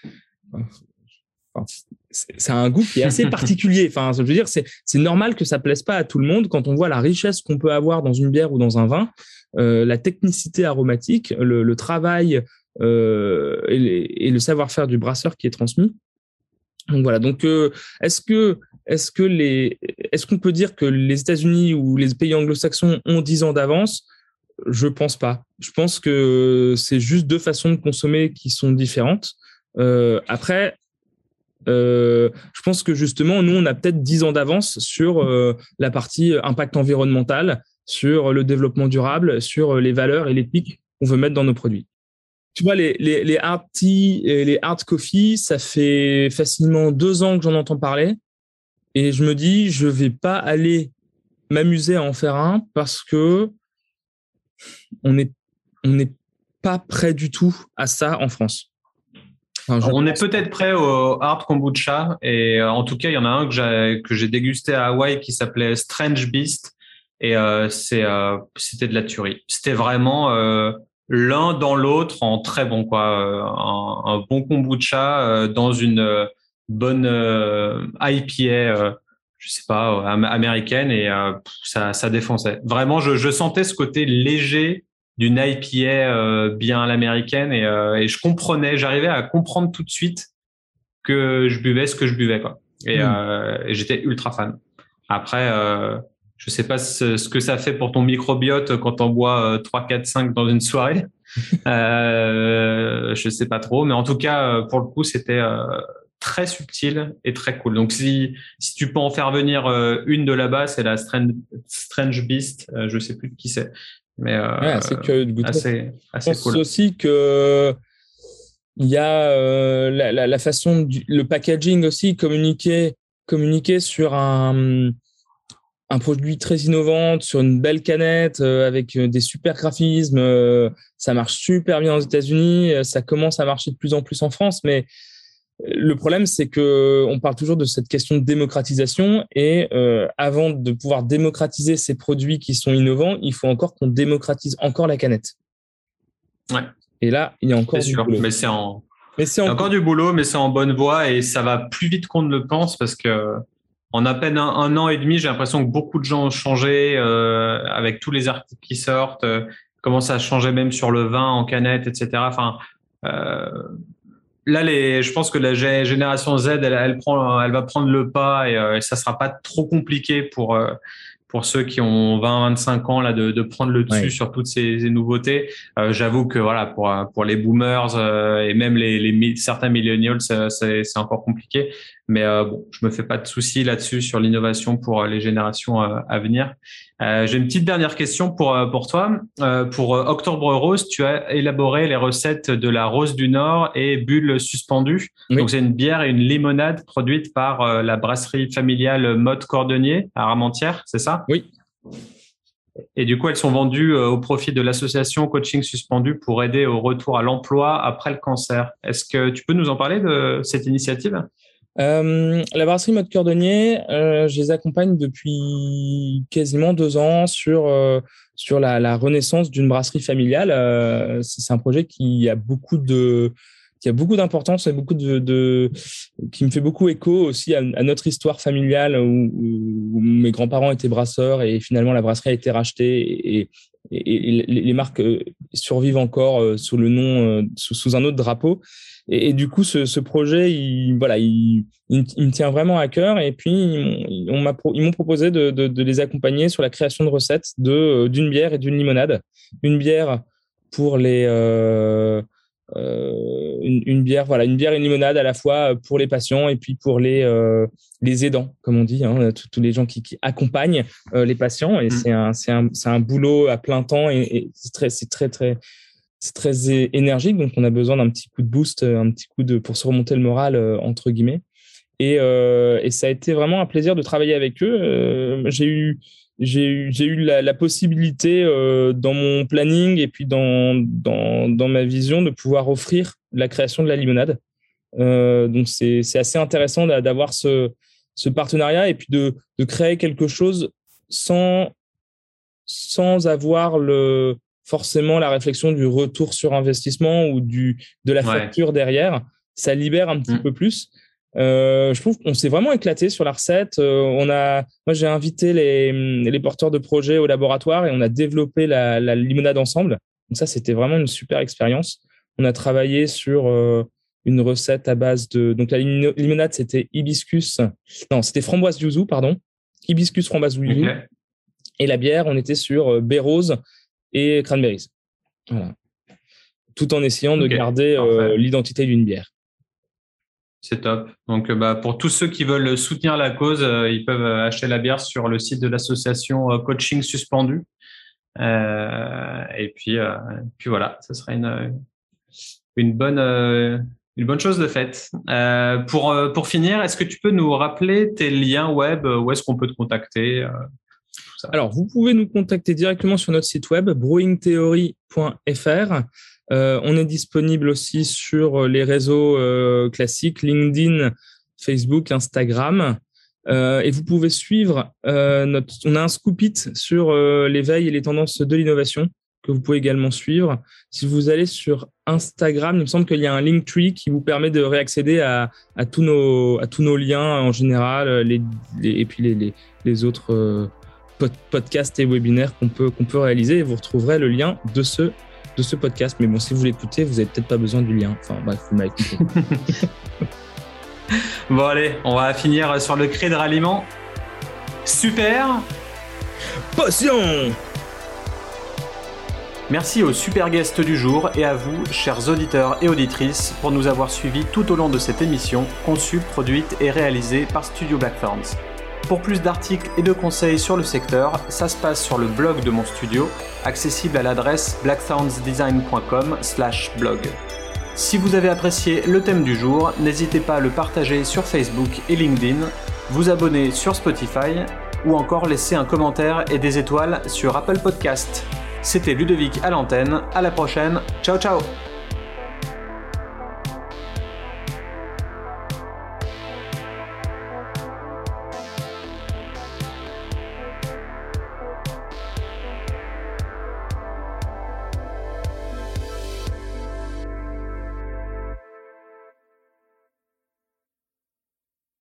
c'est un goût qui est assez particulier. Enfin, je veux dire, c'est normal que ça plaise pas à tout le monde quand on voit la richesse qu'on peut avoir dans une bière ou dans un vin, la technicité aromatique, le travail et le savoir-faire du brasseur qui est transmis. Donc voilà. Donc est-ce qu'on peut dire que les États-Unis ou les pays anglo-saxons ont 10 ans d'avance? Je pense pas. Je pense que c'est juste deux façons de consommer qui sont différentes. Après, je pense que justement, nous, on a peut-être 10 ans d'avance sur la partie impact environnemental, sur le développement durable, sur les valeurs et l'éthique qu'on veut mettre dans nos produits. Tu vois, les hard tea et les hard coffee, ça fait facilement 2 ans que j'en entends parler. Et je me dis, je vais pas aller m'amuser à en faire un parce que on n'est pas prêt du tout à ça en France. Enfin, on est peut-être prêt au hard kombucha, et en tout cas, il y en a un que j'ai dégusté à Hawaï qui s'appelait Strange Beast, et c'était de la tuerie. C'était vraiment l'un dans l'autre en très bon, quoi. Un bon kombucha dans une bonne IPA, je sais pas, américaine, et ça défonçait. Vraiment, je sentais ce côté léger d'une IPA bien à l'américaine, et je comprenais, j'arrivais à comprendre tout de suite que je buvais ce que je buvais, quoi. Et j'étais ultra fan. Après, je sais pas ce que ça fait pour ton microbiote quand on boit 3, 4, 5 dans une soirée. Je sais pas trop, mais en tout cas, pour le coup, c'était très subtil et très cool. Donc, si tu peux en faire venir une de là-bas, c'est la Strange Beast. Je sais plus de qui c'est. Mais assez curieux de goûter. Assez je pense cool. Aussi que il y a la façon le packaging aussi, communiquer sur un produit très innovant, sur une belle canette avec des super graphismes. Ça marche super bien aux États-Unis, ça commence à marcher de plus en plus en France, mais Le problème, c'est que on parle toujours de cette question de démocratisation et avant de pouvoir démocratiser ces produits qui sont innovants, il faut encore qu'on démocratise encore la canette. Ouais. Et là, il y a encore du boulot. Mais c'est encore du boulot, mais c'est en bonne voie et ça va plus vite qu'on ne le pense parce que en à peine un an et demi, j'ai l'impression que beaucoup de gens ont changé avec tous les articles qui sortent, commencent à changer même sur le vin en canette, etc. Enfin, là, je pense que la génération Z, elle va prendre le pas et ça sera pas trop compliqué pour ceux qui ont 20-25 ans là de prendre le dessus sur toutes ces nouveautés. J'avoue que voilà pour les boomers et même certains millennials, c'est encore compliqué. Mais bon, je me fais pas de soucis là-dessus sur l'innovation pour les générations à venir. J'ai une petite dernière question pour toi. Pour Octobre Rose, tu as élaboré les recettes de la Rose du Nord et Bulle suspendue. Oui. Donc c'est une bière et une limonade produite par la brasserie familiale Motte Cordonnier à Armentières, c'est ça? Oui. Et du coup, elles sont vendues au profit de l'association Coaching Suspendu pour aider au retour à l'emploi après le cancer. Est-ce que tu peux nous en parler de cette initiative? La brasserie Motte Cordonnier, je les accompagne depuis quasiment 2 ans sur la renaissance d'une brasserie familiale. C'est un projet qui a beaucoup d'importance et qui me fait beaucoup écho aussi à notre histoire familiale où mes grands-parents étaient brasseurs et finalement la brasserie a été rachetée et les marques survivent encore sous le nom sous un autre drapeau. Et du coup, ce projet, il me tient vraiment à cœur. Et puis, ils m'ont proposé de les accompagner sur la création de recettes d'une bière et d'une limonade. Une bière pour une bière et une limonade à la fois pour les patients et puis pour les aidants, comme on dit, hein, tous les gens qui accompagnent les patients. Et c'est un boulot à plein temps et c'est très énergique, donc on a besoin d'un petit coup de boost, pour se remonter le moral entre guillemets. Et ça a été vraiment un plaisir de travailler avec eux. J'ai eu la possibilité dans mon planning et puis dans ma vision de pouvoir offrir la création de la limonade. Donc c'est assez intéressant d'avoir ce partenariat et puis de créer quelque chose sans avoir forcément la réflexion du retour sur investissement ou de la facture derrière. Ça libère un petit peu plus. Je trouve qu'on s'est vraiment éclaté sur la recette. Moi, j'ai invité les porteurs de projets au laboratoire et on a développé la limonade ensemble. Donc ça, c'était vraiment une super expérience. On a travaillé sur une recette à base de... Donc la limonade, c'était c'était framboise yuzu, pardon. Hibiscus framboise yuzu. Okay. Et la bière, on était sur baie rose et cranberries. Voilà. Tout en essayant de garder l'identité d'une bière. C'est top. Donc, pour tous ceux qui veulent soutenir la cause, ils peuvent acheter la bière sur le site de l'association Coaching Suspendu. Et puis voilà, ça sera une bonne chose de faite. Pour finir, est-ce que tu peux nous rappeler tes liens web, où est-ce qu'on peut te contacter? Alors, vous pouvez nous contacter directement sur notre site web brewingtheory.fr. On est disponible aussi sur les réseaux classiques, LinkedIn, Facebook, Instagram. Et vous pouvez suivre on a un scoop it sur l'éveil et les tendances de l'innovation que vous pouvez également suivre. Si vous allez sur Instagram, il me semble qu'il y a un Linktree qui vous permet de réaccéder à tous nos liens en général, et puis les autres podcasts et webinaires qu'on peut réaliser. Et vous retrouverez le lien de ce podcast. Mais bon, si vous l'écoutez, vous n'avez peut-être pas besoin du lien. Enfin bref, vous m'avez écouté. Bon allez, on va finir sur le cri de ralliement. Super Potion. Merci aux super guests du jour et à vous, chers auditeurs et auditrices, pour nous avoir suivis tout au long de cette émission, conçue, produite et réalisée par Studio Blackthorns. Pour plus d'articles et de conseils sur le secteur, ça se passe sur le blog de mon studio, accessible à l'adresse blackthornsdesign.com/blog. Si vous avez apprécié le thème du jour, n'hésitez pas à le partager sur Facebook et LinkedIn, vous abonner sur Spotify ou encore laisser un commentaire et des étoiles sur Apple Podcast. C'était Ludovic à l'antenne, à la prochaine, ciao ciao.